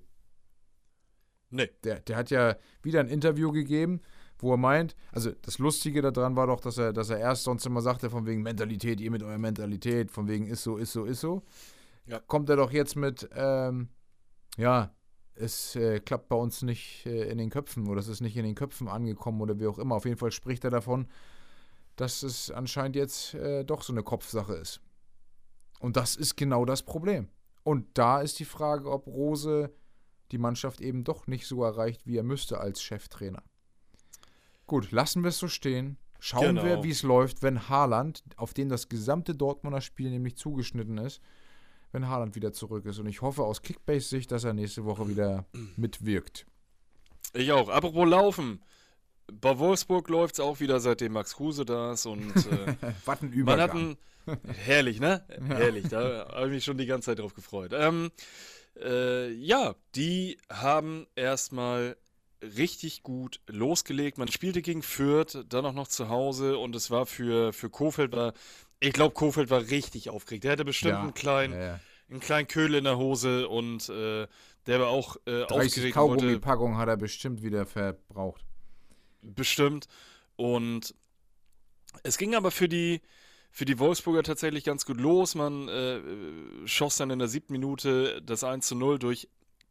Nee. Der, der hat ja wieder ein Interview gegeben, wo er meint, also das Lustige daran war doch, dass er, dass er erst sonst immer sagte, von wegen Mentalität, ihr mit eurer Mentalität, von wegen ist so, ist so, ist so. Ja. Kommt er doch jetzt mit, ähm, ja, es äh, klappt bei uns nicht äh, in den Köpfen oder es ist nicht in den Köpfen angekommen oder wie auch immer. Auf jeden Fall spricht er davon, dass es anscheinend jetzt äh, doch so eine Kopfsache ist. Und das ist genau das Problem. Und da ist die Frage, ob Rose die Mannschaft eben doch nicht so erreicht, wie er müsste als Cheftrainer. Gut, lassen wir es so stehen. Schauen Genau. wir, wie es läuft, wenn Haaland, auf den das gesamte Dortmunder Spiel nämlich zugeschnitten ist, wenn Haaland wieder zurück ist. Und ich hoffe aus Kickbase-Sicht, dass er nächste Woche wieder mitwirkt. Ich auch. Apropos Laufen. Bei Wolfsburg läuft es auch wieder, seitdem Max Kruse da ist. Und äh, Was ein man Übergang. hat einen. Herrlich, ne? Herrlich. Da habe ich mich schon die ganze Zeit drauf gefreut. Ähm, äh, ja, die haben erstmal richtig gut losgelegt. Man spielte gegen Fürth, dann auch noch zu Hause und es war für, für Kohfeldt, war, ich glaube, Kohfeldt war richtig aufgeregt. Der hatte bestimmt Ja, einen, kleinen, ja, ja. einen kleinen Köhl in der Hose und äh, der war auch äh, dreißig aufgeregt. und wollte- Kaugummi-Packungen hat er bestimmt wieder verbraucht. Bestimmt. Und es ging aber für die, für die Wolfsburger tatsächlich ganz gut los. Man äh, schoss dann in der siebten Minute das eins zu null durch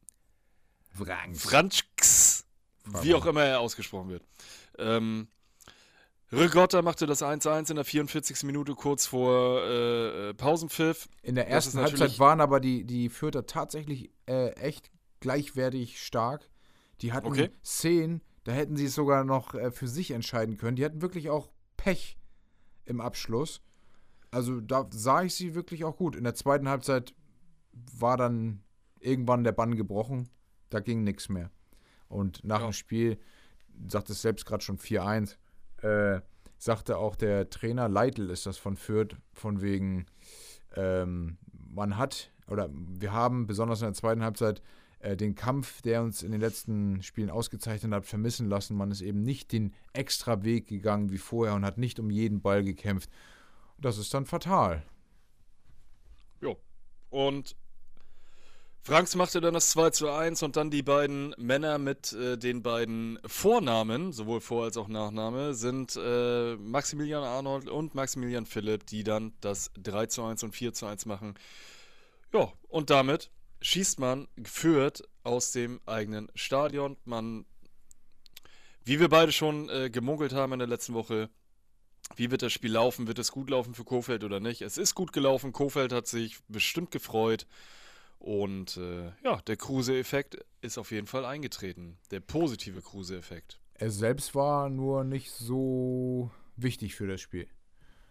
Franschks, wie auch immer er ausgesprochen wird. Ähm, Rigotta machte das eins zu eins in der vierundvierzigsten Minute kurz vor äh, Pausenpfiff. In der Das ist ersten Halbzeit natürlich- waren aber die, die Fürther tatsächlich äh, echt gleichwertig stark. Die hatten Okay. Szenen, da hätten sie es sogar noch äh, für sich entscheiden können. Die hatten wirklich auch Pech im Abschluss. Also da sah ich sie wirklich auch gut. In der zweiten Halbzeit war dann irgendwann der Bann gebrochen. Da ging nichts mehr. Und nach Ja. dem Spiel, sagt es selbst gerade schon vier eins, äh, sagte auch der Trainer, Leitl ist das von Fürth, von wegen, ähm, man hat, oder wir haben besonders in der zweiten Halbzeit äh, den Kampf, der uns in den letzten Spielen ausgezeichnet hat, vermissen lassen. Man ist eben nicht den extra Weg gegangen wie vorher und hat nicht um jeden Ball gekämpft. Das ist dann fatal. Jo. Und Franks machte dann das zwei zu eins und dann die beiden Männer mit äh, den beiden Vornamen, sowohl Vor- als auch Nachname, sind äh, Maximilian Arnold und Maximilian Philipp, die dann das drei zu eins und vier zu eins machen. Ja, und damit schießt man geführt aus dem eigenen Stadion. Man, wie wir beide schon äh, gemunkelt haben in der letzten Woche, wie wird das Spiel laufen? Wird es gut laufen für Kohfeldt oder nicht? Es ist gut gelaufen. Kohfeldt hat sich bestimmt gefreut. Und äh, ja, der Kruse-Effekt ist auf jeden Fall eingetreten. Der positive Kruse-Effekt. Er selbst war nur nicht so wichtig für das Spiel.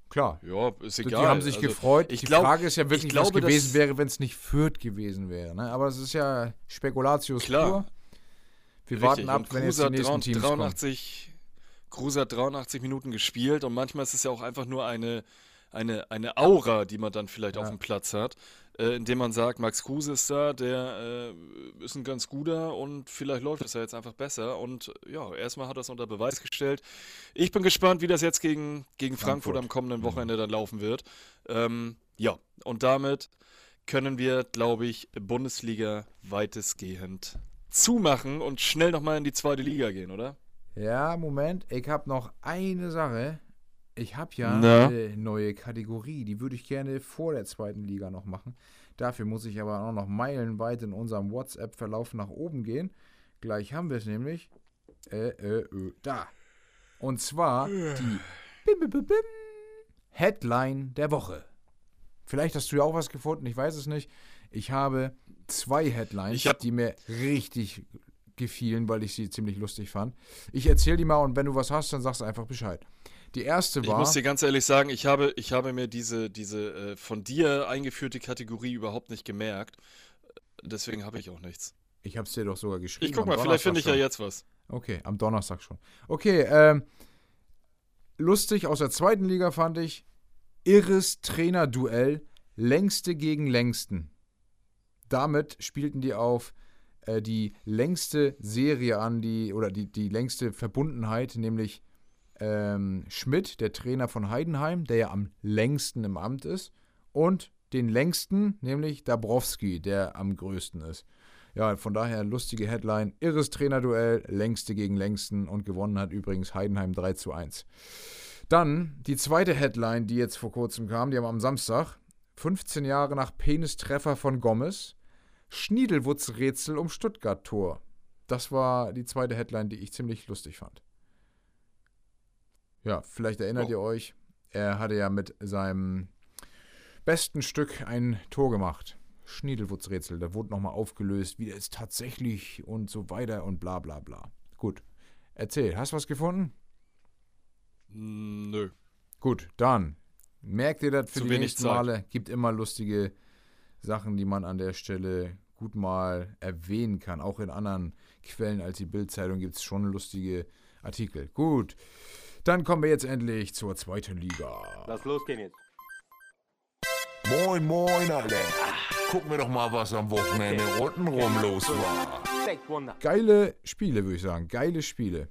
klar. Ja, ist Die egal. haben sich Also, gefreut. ich Die glaub- Frage ist ja wirklich, ich glaube, was gewesen dass- wäre, wenn es nicht Fürth gewesen wäre. Ne? Aber es ist ja Spekulatius Klar. pur. Wir Richtig. warten ab, Und wenn jetzt Kruse die hat nächsten drei- Teams kommen. dreiundachtzig, Kruse hat dreiundachtzig Minuten gespielt und manchmal ist es ja auch einfach nur eine, eine, eine Aura, die man dann vielleicht Ja. auf dem Platz hat, äh, indem man sagt, Max Kruse ist da, der äh, ist ein ganz guter und vielleicht läuft es ja jetzt einfach besser und ja, erstmal hat er es unter Beweis gestellt. Ich bin gespannt, wie das jetzt gegen, gegen Frankfurt. Frankfurt. am kommenden Mhm. Wochenende dann laufen wird. Ähm, ja, und damit können wir, glaube ich, Bundesliga weitestgehend zumachen und schnell nochmal in die zweite Liga gehen, oder? Ja, Moment. Ich habe noch eine Sache. Ich habe ja Na? eine neue Kategorie. Die würde ich gerne vor der zweiten Liga noch machen. Dafür muss ich aber auch noch meilenweit in unserem WhatsApp-Verlauf nach oben gehen. Gleich haben wir es nämlich. Äh, äh, äh, da. Und zwar die Bim, Bim, Bim, Bim, Headline der Woche. Vielleicht hast du ja auch was gefunden, ich weiß es nicht. Ich habe zwei Headlines, Ich hab- die mir richtig gefielen, weil ich sie ziemlich lustig fand. Ich erzähle die mal und wenn du was hast, dann sagst du einfach Bescheid. Die erste Ich war... muss dir ganz ehrlich sagen, ich habe, ich habe mir diese, diese äh, von dir eingeführte Kategorie überhaupt nicht gemerkt. Deswegen habe ich auch nichts. Ich habe es dir doch sogar geschrieben. Ich guck am mal, vielleicht finde ich ja Donnerstag jetzt was. schon. Okay, am Donnerstag schon. Okay, ähm, lustig aus der zweiten Liga fand ich, irres Trainerduell, längste gegen längsten. Damit spielten die auf äh, die längste Serie an, die, oder die, die längste Verbundenheit, nämlich ähm, Schmidt, der Trainer von Heidenheim, der ja am längsten im Amt ist, und den längsten, nämlich Dabrowski, der am größten ist. Ja, von daher lustige Headline. Irres Trainerduell, längste gegen längsten und gewonnen hat übrigens Heidenheim drei zu eins. Dann die zweite Headline, die jetzt vor kurzem kam, die haben am Samstag, fünfzehn Jahre nach Penistreffer von Gomez, Schniedelwutz-Rätsel um Stuttgart-Tor. Das war die zweite Headline, die ich ziemlich lustig fand. Ja, vielleicht erinnert Oh. ihr euch, er hatte ja mit seinem besten Stück ein Tor gemacht. Schniedelwutz-Rätsel, da wurde nochmal aufgelöst, wie der ist tatsächlich und so weiter und bla bla bla. Gut, erzähl, hast du was gefunden? Mm, Nö. Gut, dann merkt ihr das für Zu die wenig nächsten Zeit. Male. Gibt immer lustige Sachen, die man an der Stelle gut mal erwähnen kann. Auch in anderen Quellen als die Bild-Zeitung gibt es schon lustige Artikel. Gut, dann kommen wir jetzt endlich zur zweiten Liga. Lass losgehen jetzt. Moin, moin, alle. Gucken wir doch mal, was am Wochenende untenrum los war. Take one. Geile Spiele, würde ich sagen. Geile Spiele.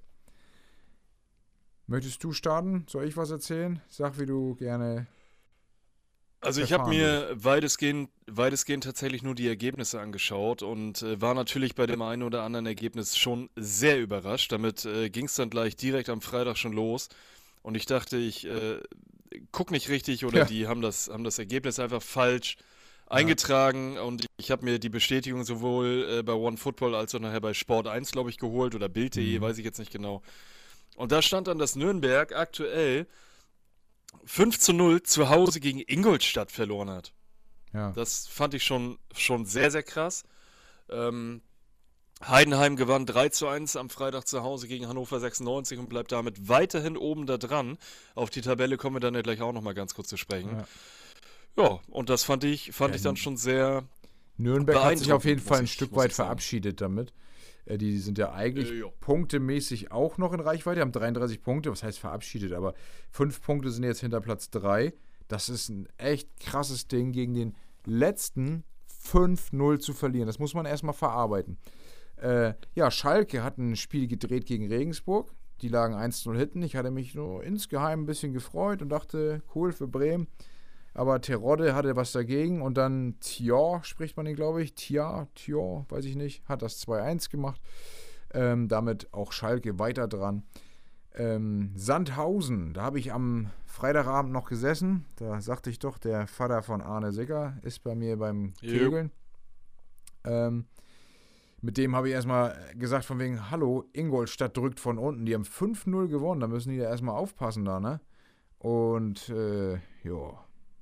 Möchtest du starten? Soll ich was erzählen? Sag, wie du gerne. Also ich habe Verfahren mir weitestgehend, weitestgehend tatsächlich nur die Ergebnisse angeschaut und äh, war natürlich bei dem einen oder anderen Ergebnis schon sehr überrascht. Damit äh, ging es dann gleich direkt am Freitag schon los und ich dachte, ich äh, guck nicht richtig oder Ja. die haben das, haben das Ergebnis einfach falsch eingetragen und ich, ich habe mir die Bestätigung sowohl äh, bei OneFootball als auch nachher bei Sport eins, glaube ich, geholt oder Bild punkt de, Mhm. weiß ich jetzt nicht genau. Und da stand dann, dass Nürnberg aktuell fünf zu null zu Hause gegen Ingolstadt verloren hat. Ja. Das fand ich schon, schon sehr, sehr krass. Ähm, Heidenheim gewann drei zu eins am Freitag zu Hause gegen Hannover sechsundneunzig und bleibt damit weiterhin oben da dran. Auf die Tabelle kommen wir dann ja gleich auch nochmal ganz kurz zu sprechen. Ja. Ja, und das fand ich, fand Ja, ich dann schon sehr. Nürnberg hat sich auf jeden beeindruckend, Fall ein muss ich- Stück muss weit ich sagen. verabschiedet damit. Äh, Die sind ja eigentlich Äh, ja. punktemäßig auch noch in Reichweite, haben dreiunddreißig Punkte, was heißt verabschiedet, aber fünf Punkte sind jetzt hinter Platz drei. Das ist ein echt krasses Ding, gegen den letzten fünf null zu verlieren. Das muss man erstmal verarbeiten. Äh, ja, Schalke hat ein Spiel gedreht gegen Regensburg. Die lagen eins zu null hinten. Ich hatte mich nur insgeheim ein bisschen gefreut und dachte, cool für Bremen. Aber Terodde hatte was dagegen und dann Thiaw, spricht man ihn, glaube ich. Tia, Thiaw, weiß ich nicht, hat das zwei eins gemacht. Ähm, damit auch Schalke weiter dran. Ähm, Sandhausen, da habe ich am Freitagabend noch gesessen. Da sagte ich doch, der Vater von Arne Sicker ist bei mir beim Jo. Kegeln. Ähm, mit dem habe ich erstmal gesagt, von wegen, hallo, Ingolstadt drückt von unten. Die haben fünf null gewonnen, da müssen die ja erstmal aufpassen da, ne? Und, äh, ja.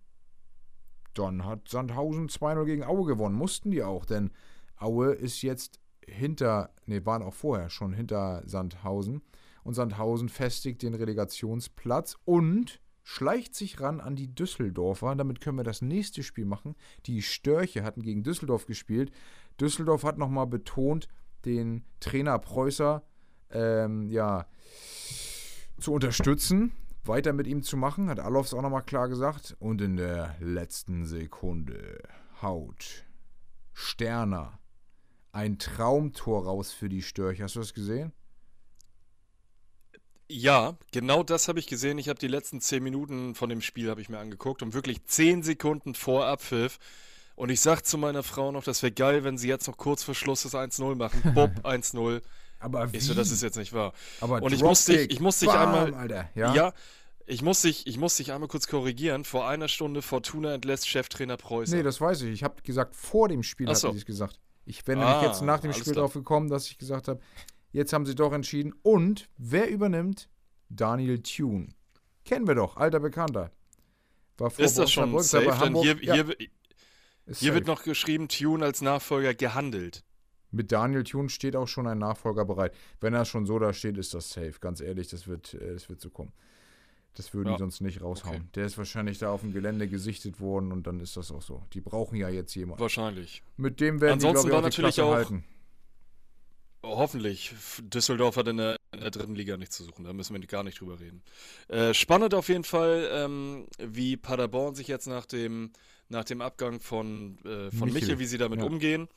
Dann hat Sandhausen zwei null gegen Aue gewonnen. Mussten die auch, denn Aue ist jetzt hinter, ne, waren auch vorher schon hinter Sandhausen. Und Sandhausen festigt den Relegationsplatz und schleicht sich ran an die Düsseldorfer. Damit können wir das nächste Spiel machen. Die Störche hatten gegen Düsseldorf gespielt. Düsseldorf hat nochmal betont, den Trainer Preußer ähm, ja, zu unterstützen, weiter mit ihm zu machen, hat Alofs auch nochmal klar gesagt. Und in der letzten Sekunde haut Sterner ein Traumtor raus für die Störche. Hast du das gesehen? Ja, genau das habe ich gesehen. Ich habe die letzten zehn Minuten von dem Spiel habe ich mir angeguckt und wirklich zehn Sekunden vor Abpfiff. Und ich sag zu meiner Frau noch, das wäre geil, wenn sie jetzt noch kurz vor Schluss das eins null machen. Bob, eins null. Aber wie? Ich so, das ist jetzt nicht wahr. Aber und ich muss dich, ich muss dich bam, einmal, Alter. Ja? ja, ich muss dich, ich muss dich einmal kurz korrigieren. Vor einer Stunde Fortuna entlässt Cheftrainer Preußer. Nee, das weiß ich. Ich habe gesagt, vor dem Spiel Ach so. habe ich es gesagt. Ich bin Ah, nämlich jetzt nach dem alles Spiel klar. drauf gekommen, dass ich gesagt habe, jetzt haben sie doch entschieden. Und wer übernimmt? Daniel Thune. Kennen wir doch, alter Bekannter. War vor Ist das schon Osnabrück, safe? aber Denn Hamburg, hier, ja, hier, ist hier wird safe. noch geschrieben, Tune als Nachfolger gehandelt. Mit Daniel Thune steht auch schon ein Nachfolger bereit. Wenn er schon so da steht, ist das safe. Ganz ehrlich, das wird, äh, das wird so kommen. Das würden Ja. die sonst nicht raushauen. Okay. Der ist wahrscheinlich da auf dem Gelände gesichtet worden und dann ist das auch so. Die brauchen ja jetzt jemanden. Wahrscheinlich. Mit dem werden Ansonsten die, war glaube ich, auch die natürlich Klasse auch- halten. Hoffentlich. Düsseldorf hat in der, in der dritten Liga nichts zu suchen. Da müssen wir gar nicht drüber reden. Äh, spannend auf jeden Fall, ähm, wie Paderborn sich jetzt nach dem, nach dem Abgang von, äh, von Michel. Michel, wie sie damit Ja. umgehen.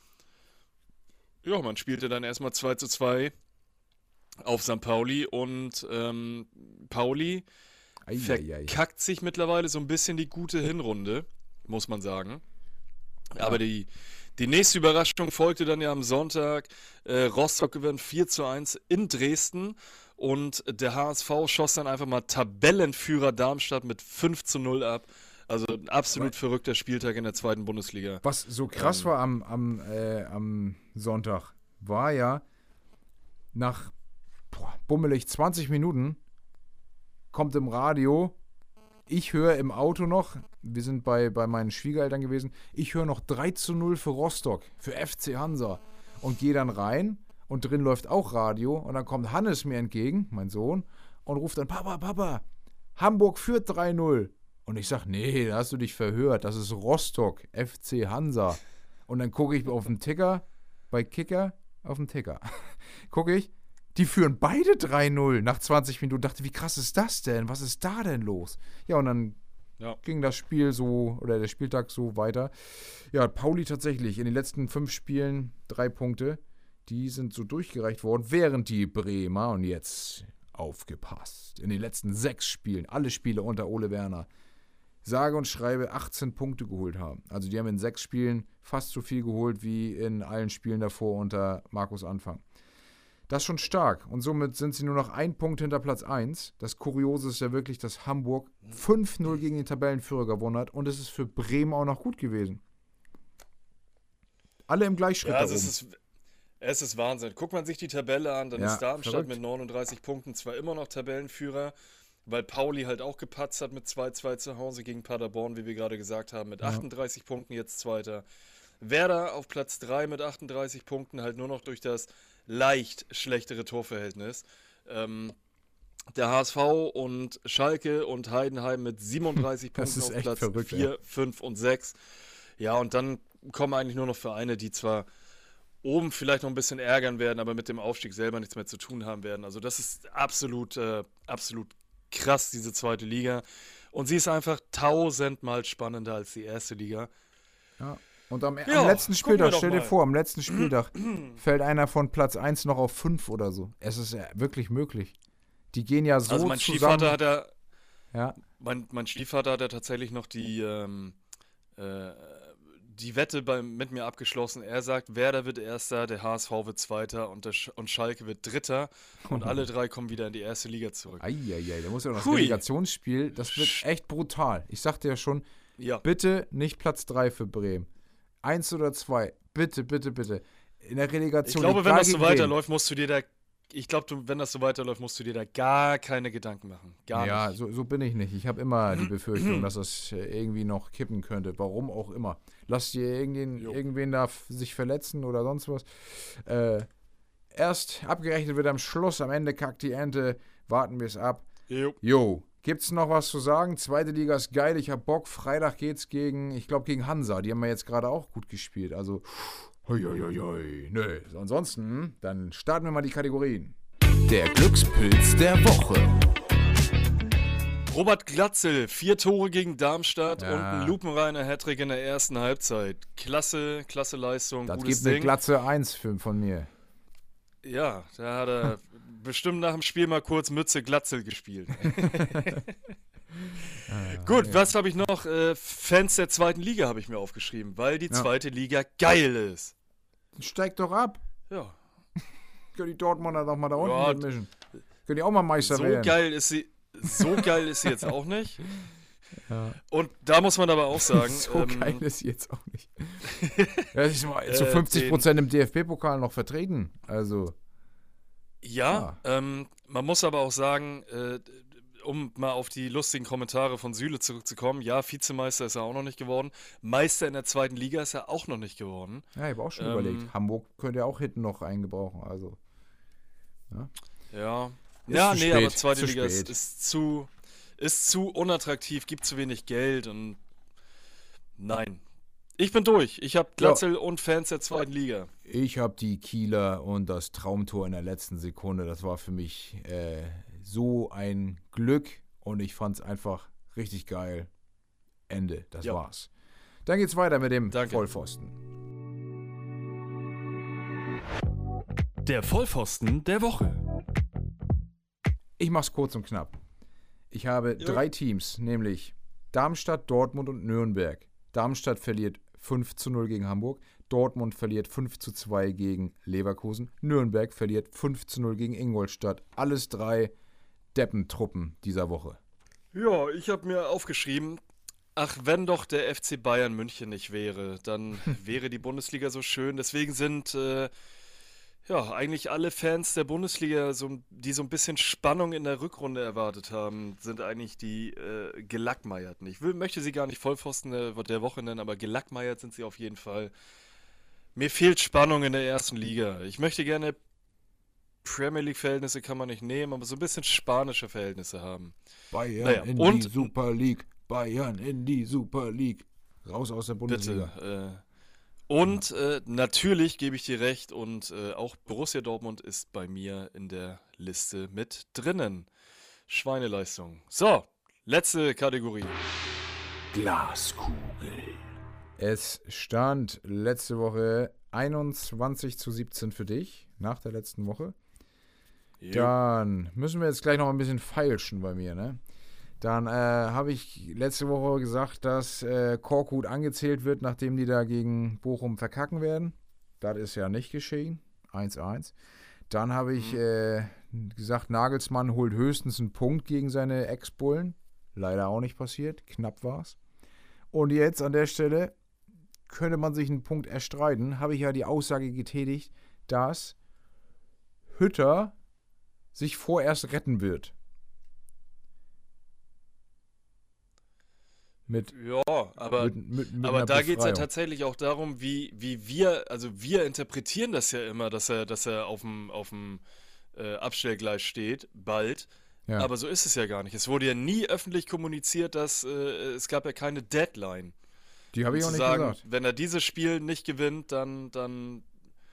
Ja, man spielte dann erstmal zwei zu zwei auf Sankt Pauli und ähm, Pauli Eieiei. verkackt sich mittlerweile so ein bisschen die gute Hinrunde, muss man sagen. Aber die, die nächste Überraschung folgte dann ja am Sonntag. Äh, Rostock gewinnt vier zu eins in Dresden und der H S V schoss dann einfach mal Tabellenführer Darmstadt mit fünf zu null ab. Also ein absolut Aber- verrückter Spieltag in der zweiten Bundesliga. Was so krass Ähm. war am, am, äh, am Sonntag, war ja, nach boah, bummelig zwanzig Minuten kommt im Radio, ich höre im Auto noch, wir sind bei, bei meinen Schwiegereltern gewesen, ich höre noch drei zu null für Rostock, für F C Hansa und gehe dann rein und drin läuft auch Radio und dann kommt Hannes mir entgegen, mein Sohn, und ruft dann, Papa, Papa, Hamburg führt drei null. Und ich sag, nee, da hast du dich verhört, das ist Rostock, F C Hansa. Und dann gucke ich auf den Ticker, bei Kicker, auf den Ticker, gucke ich, die führen beide drei null nach zwanzig Minuten. Dachte, wie krass ist das denn? Was ist da denn los? Ja, und dann Ja. ging das Spiel so, oder der Spieltag so weiter. Ja, Pauli tatsächlich in den letzten fünf Spielen drei Punkte. Die sind so durchgereicht worden, während die Bremer, und jetzt aufgepasst, in den letzten sechs Spielen, alle Spiele unter Ole Werner, sage und schreibe achtzehn Punkte geholt haben. Also die haben in sechs Spielen fast so viel geholt wie in allen Spielen davor unter Markus Anfang. Das ist schon stark. Und somit sind sie nur noch ein Punkt hinter Platz eins. Das Kuriose ist ja wirklich, dass Hamburg fünf null gegen den Tabellenführer gewonnen hat. Und es ist für Bremen auch noch gut gewesen. Alle im Gleichschritt Ja, also da es oben. ist, es ist Wahnsinn. Guckt man sich die Tabelle an, dann Ja, ist Darmstadt verrückt. mit neununddreißig Punkten zwar immer noch Tabellenführer, weil Pauli halt auch gepatzt hat mit zwei zwei zu Hause gegen Paderborn, wie wir gerade gesagt haben, mit Ja. achtunddreißig Punkten jetzt Zweiter. Werder auf Platz drei mit achtunddreißig Punkten, halt nur noch durch das leicht schlechtere Torverhältnis. Ähm, der H S V und Schalke und Heidenheim mit siebenunddreißig Das Punkten ist auf echt Platz verrückt, vier, ja. fünf und sechs. Ja, und dann kommen eigentlich nur noch Vereine, die zwar oben vielleicht noch ein bisschen ärgern werden, aber mit dem Aufstieg selber nichts mehr zu tun haben werden. Also das ist absolut, äh, absolut krass, diese zweite Liga. Und sie ist einfach tausendmal spannender als die erste Liga. Ja. Und am, Ja, am letzten gucken wir Spieltag, doch stell dir mal. vor, am letzten Spieltag fällt einer von Platz eins noch auf fünf oder so. Es ist ja wirklich möglich. Die gehen ja so Also mein zusammen. Stiefvater hat ja, Ja, mein, mein Stiefvater hat ja tatsächlich noch die, ähm, äh, die Wette bei, mit mir abgeschlossen. Er sagt, Werder wird Erster, der H S V wird Zweiter und, der Sch und Schalke wird Dritter. Und alle drei kommen wieder in die erste Liga zurück. eieiei, da muss ja noch das Hui. Relegationsspiel, das wird echt brutal. Ich sagte ja schon, Ja, bitte nicht Platz drei für Bremen. Eins oder zwei, bitte, bitte, bitte. In der ich Relegation. glaube, wenn egal das so gegen wen. weiterläuft, musst du dir da, ich glaube, du, wenn das so weiterläuft, musst du dir da gar keine Gedanken machen. Gar Ja, nicht. so, so bin ich nicht. Ich habe immer die Befürchtung, dass das äh, irgendwie noch kippen könnte. Warum auch immer. Lass dir irgendwen, Jo. irgendwen da f- sich verletzen oder sonst was. Äh, erst abgerechnet wird am Schluss, am Ende kackt die Ente. Warten wir es ab. Jo. Jo, Gibt's noch was zu sagen? Zweite Liga ist geil, ich hab Bock. Freitag geht's gegen, ich glaube gegen Hansa. Die haben ja jetzt gerade auch gut gespielt. Also, hoi, hoi, hoi, hoi. Nö. Ansonsten, dann starten wir mal die Kategorien. Der Glückspilz der Woche. Robert Glatzel, vier Tore gegen Darmstadt Ja. und ein lupenreiner Hattrick in der ersten Halbzeit. Klasse, klasse Leistung, Das gutes gibt eine Ding. Glatze eins für, von mir. Ja, da hat er bestimmt nach dem Spiel mal kurz Mütze Glatzel gespielt. Gut, was habe ich noch? Äh, Fans der zweiten Liga habe ich mir aufgeschrieben, weil die Ja. zweite Liga geil ist. Steigt doch ab. Ja, Können die Dortmunder doch mal da unten Ja, mitmischen. Können die auch mal Meister so werden. geil ist sie, so geil ist sie jetzt auch nicht. Ja. Und da muss man aber auch sagen, So ähm, geil ist sie jetzt auch nicht. Das ist mal zu Äh, fünfzig den- Prozent im D F B-Pokal noch vertreten. Also, ja, ähm, man muss aber auch sagen, äh, um mal auf die lustigen Kommentare von Süle zurückzukommen, ja, Vizemeister ist er auch noch nicht geworden. Meister in der zweiten Liga ist er auch noch nicht geworden. ja, ich habe auch schon Ähm, überlegt. Hamburg könnte ja auch hinten noch eingebrauchen. Also, Ja, Ist ja, zu nee, spät, aber zweite zu Liga ist, spät. ist zu ist zu unattraktiv, gibt zu wenig Geld und nein. Ich bin durch. Ich habe Glatzel und Fans der zweiten Liga. ich habe die Kieler und das Traumtor in der letzten Sekunde. Das war für mich äh, so ein Glück und ich fand es einfach richtig geil. Ende. Das Ja. war's. Dann geht's weiter mit dem Danke. Vollpfosten. Der Vollpfosten der Woche. Ich mach's kurz und knapp. Ich habe Jo. drei Teams, nämlich Darmstadt, Dortmund und Nürnberg. Darmstadt verliert fünf zu null gegen Hamburg, Dortmund verliert fünf zu zwei gegen Leverkusen, Nürnberg verliert fünf zu null gegen Ingolstadt. Alles drei Deppentruppen dieser Woche. Ja, ich habe mir aufgeschrieben, ach, wenn doch der F C Bayern München nicht wäre, dann wäre die Bundesliga so schön. Deswegen sind äh, ja eigentlich alle Fans der Bundesliga, so, die so ein bisschen Spannung in der Rückrunde erwartet haben, sind eigentlich die äh, Gelackmeierten. Ich will, möchte sie gar nicht Vollpfosten der, der Woche nennen, aber gelackmeiert sind sie auf jeden Fall. Mir fehlt Spannung in der ersten Liga. Ich möchte gerne Premier League-Verhältnisse kann man nicht nehmen, aber so ein bisschen spanische Verhältnisse haben. Bayern Naja, in und- die Super League. Bayern in die Super League. Raus aus der Bundesliga. Bitte. Äh, und äh, natürlich gebe ich dir recht und äh, auch Borussia Dortmund ist bei mir in der Liste mit drinnen. Schweineleistung. So, letzte Kategorie. Glaskugel. Es stand letzte Woche einundzwanzig zu siebzehn für dich, nach der letzten Woche. Dann müssen wir jetzt gleich noch ein bisschen feilschen bei mir, ne? Dann äh, habe ich letzte Woche gesagt, dass äh, Korkut angezählt wird, nachdem die da gegen Bochum verkacken werden. Das ist ja nicht geschehen. eins eins. Dann habe ich äh, gesagt, Nagelsmann holt höchstens einen Punkt gegen seine Ex-Bullen. Leider auch nicht passiert. Knapp war's. Und jetzt an der Stelle könnte man sich einen Punkt erstreiten. Habe ich ja die Aussage getätigt, dass Hütter sich vorerst retten wird. Mit, Ja, aber, mit, mit, mit aber einer da geht es ja Befreiung. tatsächlich auch darum, wie, wie wir, also wir interpretieren das ja immer, dass er, dass er auf dem, auf dem äh, Abstellgleis steht, bald. Ja. Aber so ist es ja gar nicht. Es wurde ja nie öffentlich kommuniziert, dass äh, es gab ja keine Deadline. Die habe ich auch zu nicht sagen, gesagt. wenn er dieses Spiel nicht gewinnt, dann, dann.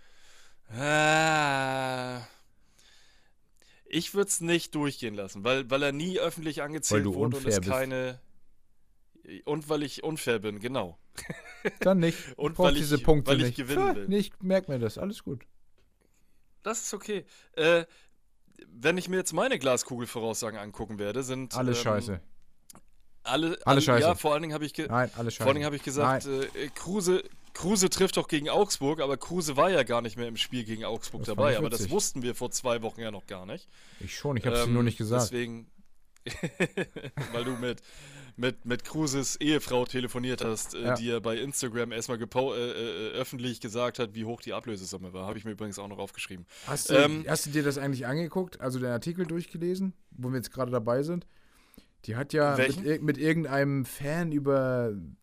Ah, ich würde es nicht durchgehen lassen, weil, weil er nie öffentlich angezählt Weil du wurde und unfair es bist. keine. Und weil ich unfair bin, genau. Dann nicht. Und ich brauch weil diese ich- Punkte weil ich nicht. gewinnen Ja, will. nicht, merk mir das. Alles gut. Das ist okay. Äh, wenn ich mir jetzt meine Glaskugelvoraussagen angucken werde, sind. Alles ähm, scheiße. Alle, Alles scheiße. Ja, vor allen Dingen habe ich, ge Nein, alles scheiße. vor allen Dingen habe ich gesagt, Nein. äh, Kruse, Kruse trifft doch gegen Augsburg, aber Kruse war ja gar nicht mehr im Spiel gegen Augsburg Das fand dabei. ich Aber das witzig. wussten wir vor zwei Wochen ja noch gar nicht. Ich schon, ich habe es dir Ähm, nur nicht gesagt. Deswegen, weil du mit, mit, mit Kruses Ehefrau telefoniert hast, äh, Ja. die ja bei Instagram erstmal gepau- äh, äh, öffentlich gesagt hat, wie hoch die Ablösesumme war. Habe ich mir übrigens auch noch aufgeschrieben. Hast du, ähm, hast du dir das eigentlich angeguckt? Also den Artikel durchgelesen, wo wir jetzt gerade dabei sind? Die hat ja mit, Welchen? ir- mit irgendeinem Fan über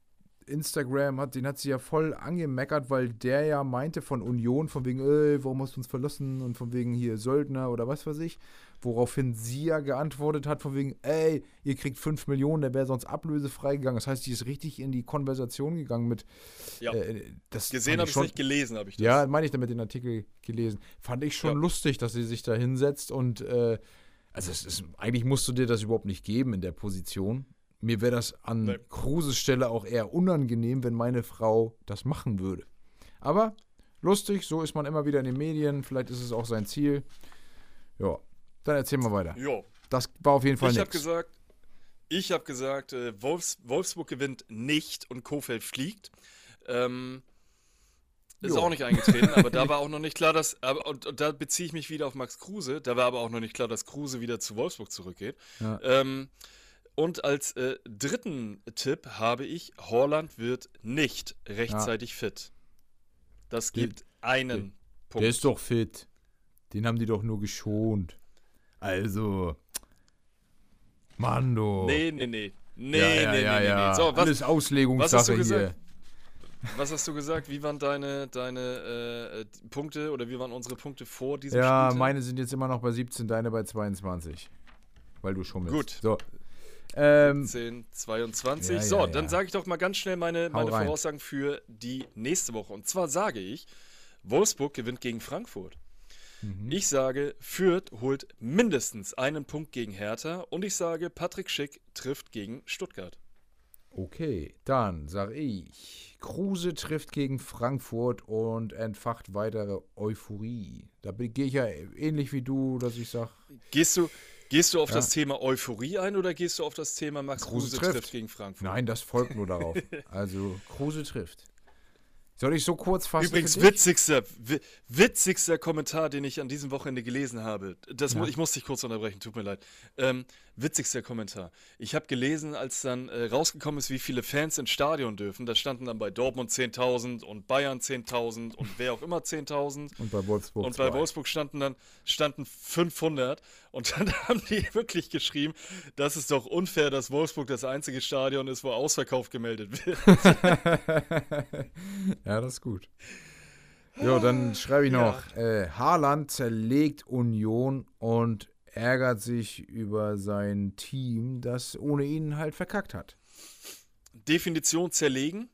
Instagram, hat, den hat sie ja voll angemeckert, weil der ja meinte von Union, von wegen, ey, warum hast du uns verlassen und von wegen hier Söldner oder was weiß ich, woraufhin sie ja geantwortet hat von wegen, ey, ihr kriegt fünf Millionen, der wäre sonst ablösefrei gegangen. Das heißt, die ist richtig in die Konversation gegangen mit, Ja. äh, das Gesehen fand habe ich es schon- nicht, gelesen habe ich das. Ja, meine ich damit den Artikel gelesen. Fand ich schon Ja. lustig, dass sie sich da hinsetzt und, äh, also es ist, eigentlich musst du dir das überhaupt nicht geben in der Position. Mir wäre das an Nee. Kruses Stelle auch eher unangenehm, wenn meine Frau das machen würde. Aber lustig, so ist man immer wieder in den Medien. Vielleicht ist es auch sein Ziel. Ja, dann erzähl mal weiter. Jo. Das war auf jeden Fall Ich habe nix. gesagt, ich habe gesagt, äh, Wolfs, Wolfsburg gewinnt nicht und Kofeld fliegt. Ähm, ist Jo. auch nicht eingetreten, aber da war auch noch nicht klar, dass, aber, und, und da beziehe ich mich wieder auf Max Kruse, da war aber auch noch nicht klar, dass Kruse wieder zu Wolfsburg zurückgeht. Ja. Ähm, und als äh, dritten Tipp habe ich, Haaland wird nicht rechtzeitig fit. Das Den- gibt einen den- Punkt. Der ist doch fit. Den haben die doch nur geschont. Also, Mando. Nee, nee, nee. Nee, ja, ja, nee, ja, nee, ja. nee. So, was, Alles Auslegungssache was hast du hier. gesagt? Was hast du gesagt? Wie waren deine, deine äh, Punkte oder wie waren unsere Punkte vor diesem Ja, Spieltag? meine sind jetzt immer noch bei siebzehn, deine bei zweiundzwanzig. Weil du schummelst. Gut. So. Ähm, zehn, zweiundzwanzig. Ja, so, ja, dann ja. sage ich doch mal ganz schnell meine, meine rein. Voraussagen für die nächste Woche. Und zwar sage ich, Wolfsburg gewinnt gegen Frankfurt. Mhm. Ich sage, Fürth holt mindestens einen Punkt gegen Hertha. Und ich sage, Patrick Schick trifft gegen Stuttgart. Okay, dann sage ich, Kruse trifft gegen Frankfurt und entfacht weitere Euphorie. Da gehe ich ja ähnlich wie du, dass ich sage, Gehst du, gehst du auf Ja. das Thema Euphorie ein oder gehst du auf das Thema Max Kruse Kruse, trifft. trifft gegen Frankfurt? nein, das folgt nur darauf. Also, Kruse trifft. Soll ich so kurz fassen? Übrigens, für dich? witzigster, wi- witzigster Kommentar, den ich an diesem Wochenende gelesen habe. Das, mu- Ja. Ich muss dich kurz unterbrechen, tut mir leid. Ähm, witzigster Kommentar. Ich habe gelesen, als dann äh, rausgekommen ist, wie viele Fans ins Stadion dürfen. Da standen dann bei Dortmund zehntausend und Bayern zehntausend und wer auch immer zehntausend. Und bei Wolfsburg Und bei zwei. Wolfsburg standen dann standen fünfhundert und dann haben die wirklich geschrieben, das ist doch unfair, dass Wolfsburg das einzige Stadion ist, wo Ausverkauf gemeldet wird. Ja, das ist gut. Jo, dann schreibe ich Ja. noch, äh, Haaland zerlegt Union und ärgert sich über sein Team, das ohne ihn halt verkackt hat. Definition zerlegen.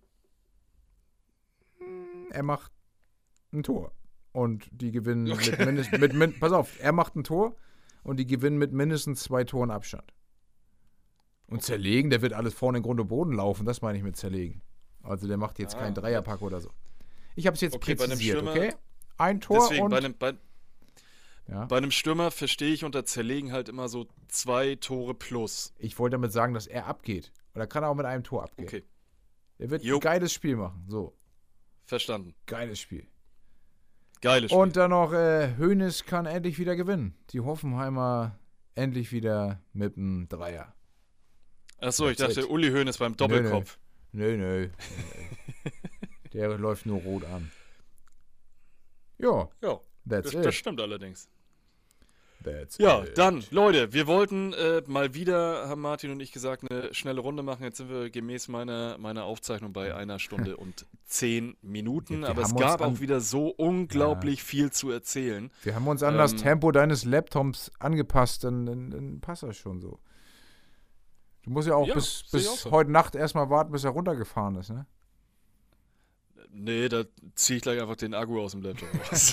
Er macht ein Tor. Und die gewinnen Okay. mit mindestens, mit, min, pass auf, er macht ein Tor und die gewinnen mit mindestens zwei Toren Abstand. Und zerlegen, der wird alles vorne in Grund und Boden laufen, das meine ich mit zerlegen. Also der macht jetzt Ah, keinen Dreierpack oder so. Ich habe es jetzt Okay, bei einem präzisiert, Stürmer- okay? Ein Tor Deswegen, und... bei einem, bei, ja. bei einem Stürmer verstehe ich unter zerlegen halt immer so zwei Tore plus. Ich wollte damit sagen, dass er abgeht. Oder kann er auch mit einem Tor abgehen. Okay, Er wird Jo. ein geiles Spiel machen. So, verstanden. geiles Spiel. Geiles Spiel. Und dann noch, äh, Hoeneß kann endlich wieder gewinnen. Die Hoffenheimer endlich wieder mit einem Dreier. Achso, ich That's dachte, it. Uli Hoeneß beim Doppelkopf. Nö, nö. Der läuft nur rot an. Ja, Ja, that's das, das it. stimmt allerdings. That's Ja, it. dann, Leute, wir wollten äh, mal wieder, haben Martin und ich gesagt, eine schnelle Runde machen. Jetzt sind wir gemäß meiner, meiner Aufzeichnung bei einer Stunde und zehn Minuten. Wir Aber es haben uns gab an- auch wieder so unglaublich viel zu erzählen. Wir haben uns an das Ähm, Tempo deines Laptops angepasst, dann, dann, dann passt das schon so. Du musst ja auch Ja, bis, sehe ich bis auch so. heute Nacht erstmal warten, bis er runtergefahren ist, ne? Nee, da ziehe ich gleich einfach den Akku aus dem Laptop raus.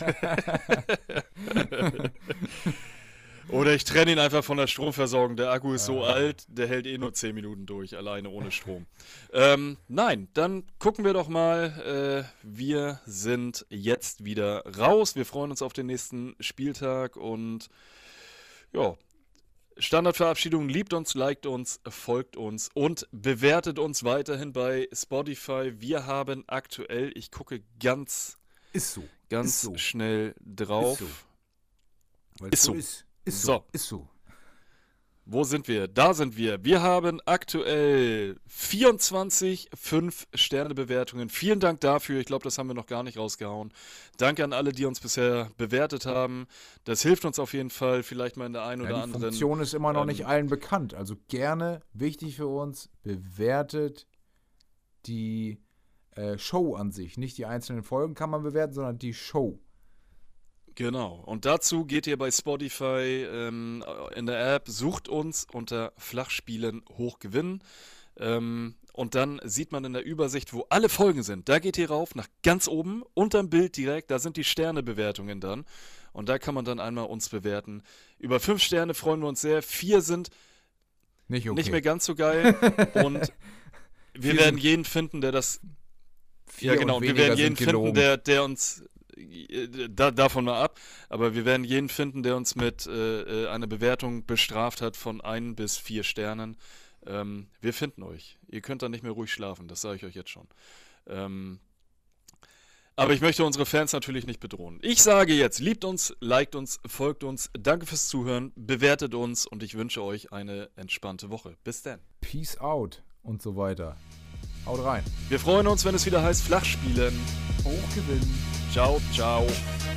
Oder ich trenne ihn einfach von der Stromversorgung. Der Akku ist so alt, der hält eh nur zehn Minuten durch, alleine ohne Strom. Ähm, nein, dann gucken wir doch mal. Äh, wir sind jetzt wieder raus. Wir freuen uns auf den nächsten Spieltag und ja, Standardverabschiedung, liebt uns, liked uns, folgt uns und bewertet uns weiterhin bei Spotify. Wir haben aktuell, ich gucke ganz, Ist so. ganz Ist so. schnell drauf. Ist so. Weil Ist es so. Ist, ist So. so. Ist so. Wo sind wir? Da sind wir. Wir haben aktuell vierundzwanzig fünf-Sterne-Bewertungen. Vielen Dank dafür. Ich glaube, das haben wir noch gar nicht rausgehauen. Danke an alle, die uns bisher bewertet haben. Das hilft uns auf jeden Fall, vielleicht mal in der einen Ja, oder die anderen. Funktion ist immer noch ähm, nicht allen bekannt. Also gerne, wichtig für uns, bewertet die äh, Show an sich. Nicht die einzelnen Folgen kann man bewerten, sondern die Show. Genau. Und dazu geht ihr bei Spotify ähm, in der App, sucht uns unter Flachspielen hochgewinnen. Ähm, und dann sieht man in der Übersicht, wo alle Folgen sind. Da geht ihr rauf, nach ganz oben, unterm Bild direkt, da sind die Sternebewertungen dann. Und da kann man dann einmal uns bewerten. Über fünf Sterne freuen wir uns sehr. Vier sind Nicht, okay. nicht mehr ganz so geil. Und wir Vier werden sind- jeden finden, der das... Vier Ja, genau. und Wir weniger werden jeden sind gelogen. finden, der, der uns... Da, davon mal ab. Aber wir werden jeden finden, der uns mit äh, äh, einer Bewertung bestraft hat von ein bis vier Sternen. Ähm, wir finden euch. Ihr könnt dann nicht mehr ruhig schlafen, das sage ich euch jetzt schon. Ähm, aber ich möchte unsere Fans natürlich nicht bedrohen. Ich sage jetzt, liebt uns, liked uns, folgt uns. Danke fürs Zuhören, bewertet uns und ich wünsche euch eine entspannte Woche. Bis dann. Peace out und so weiter. Haut rein. Wir freuen uns, wenn es wieder heißt Flachspielen. Hochgewinnen. Ciao, ciao.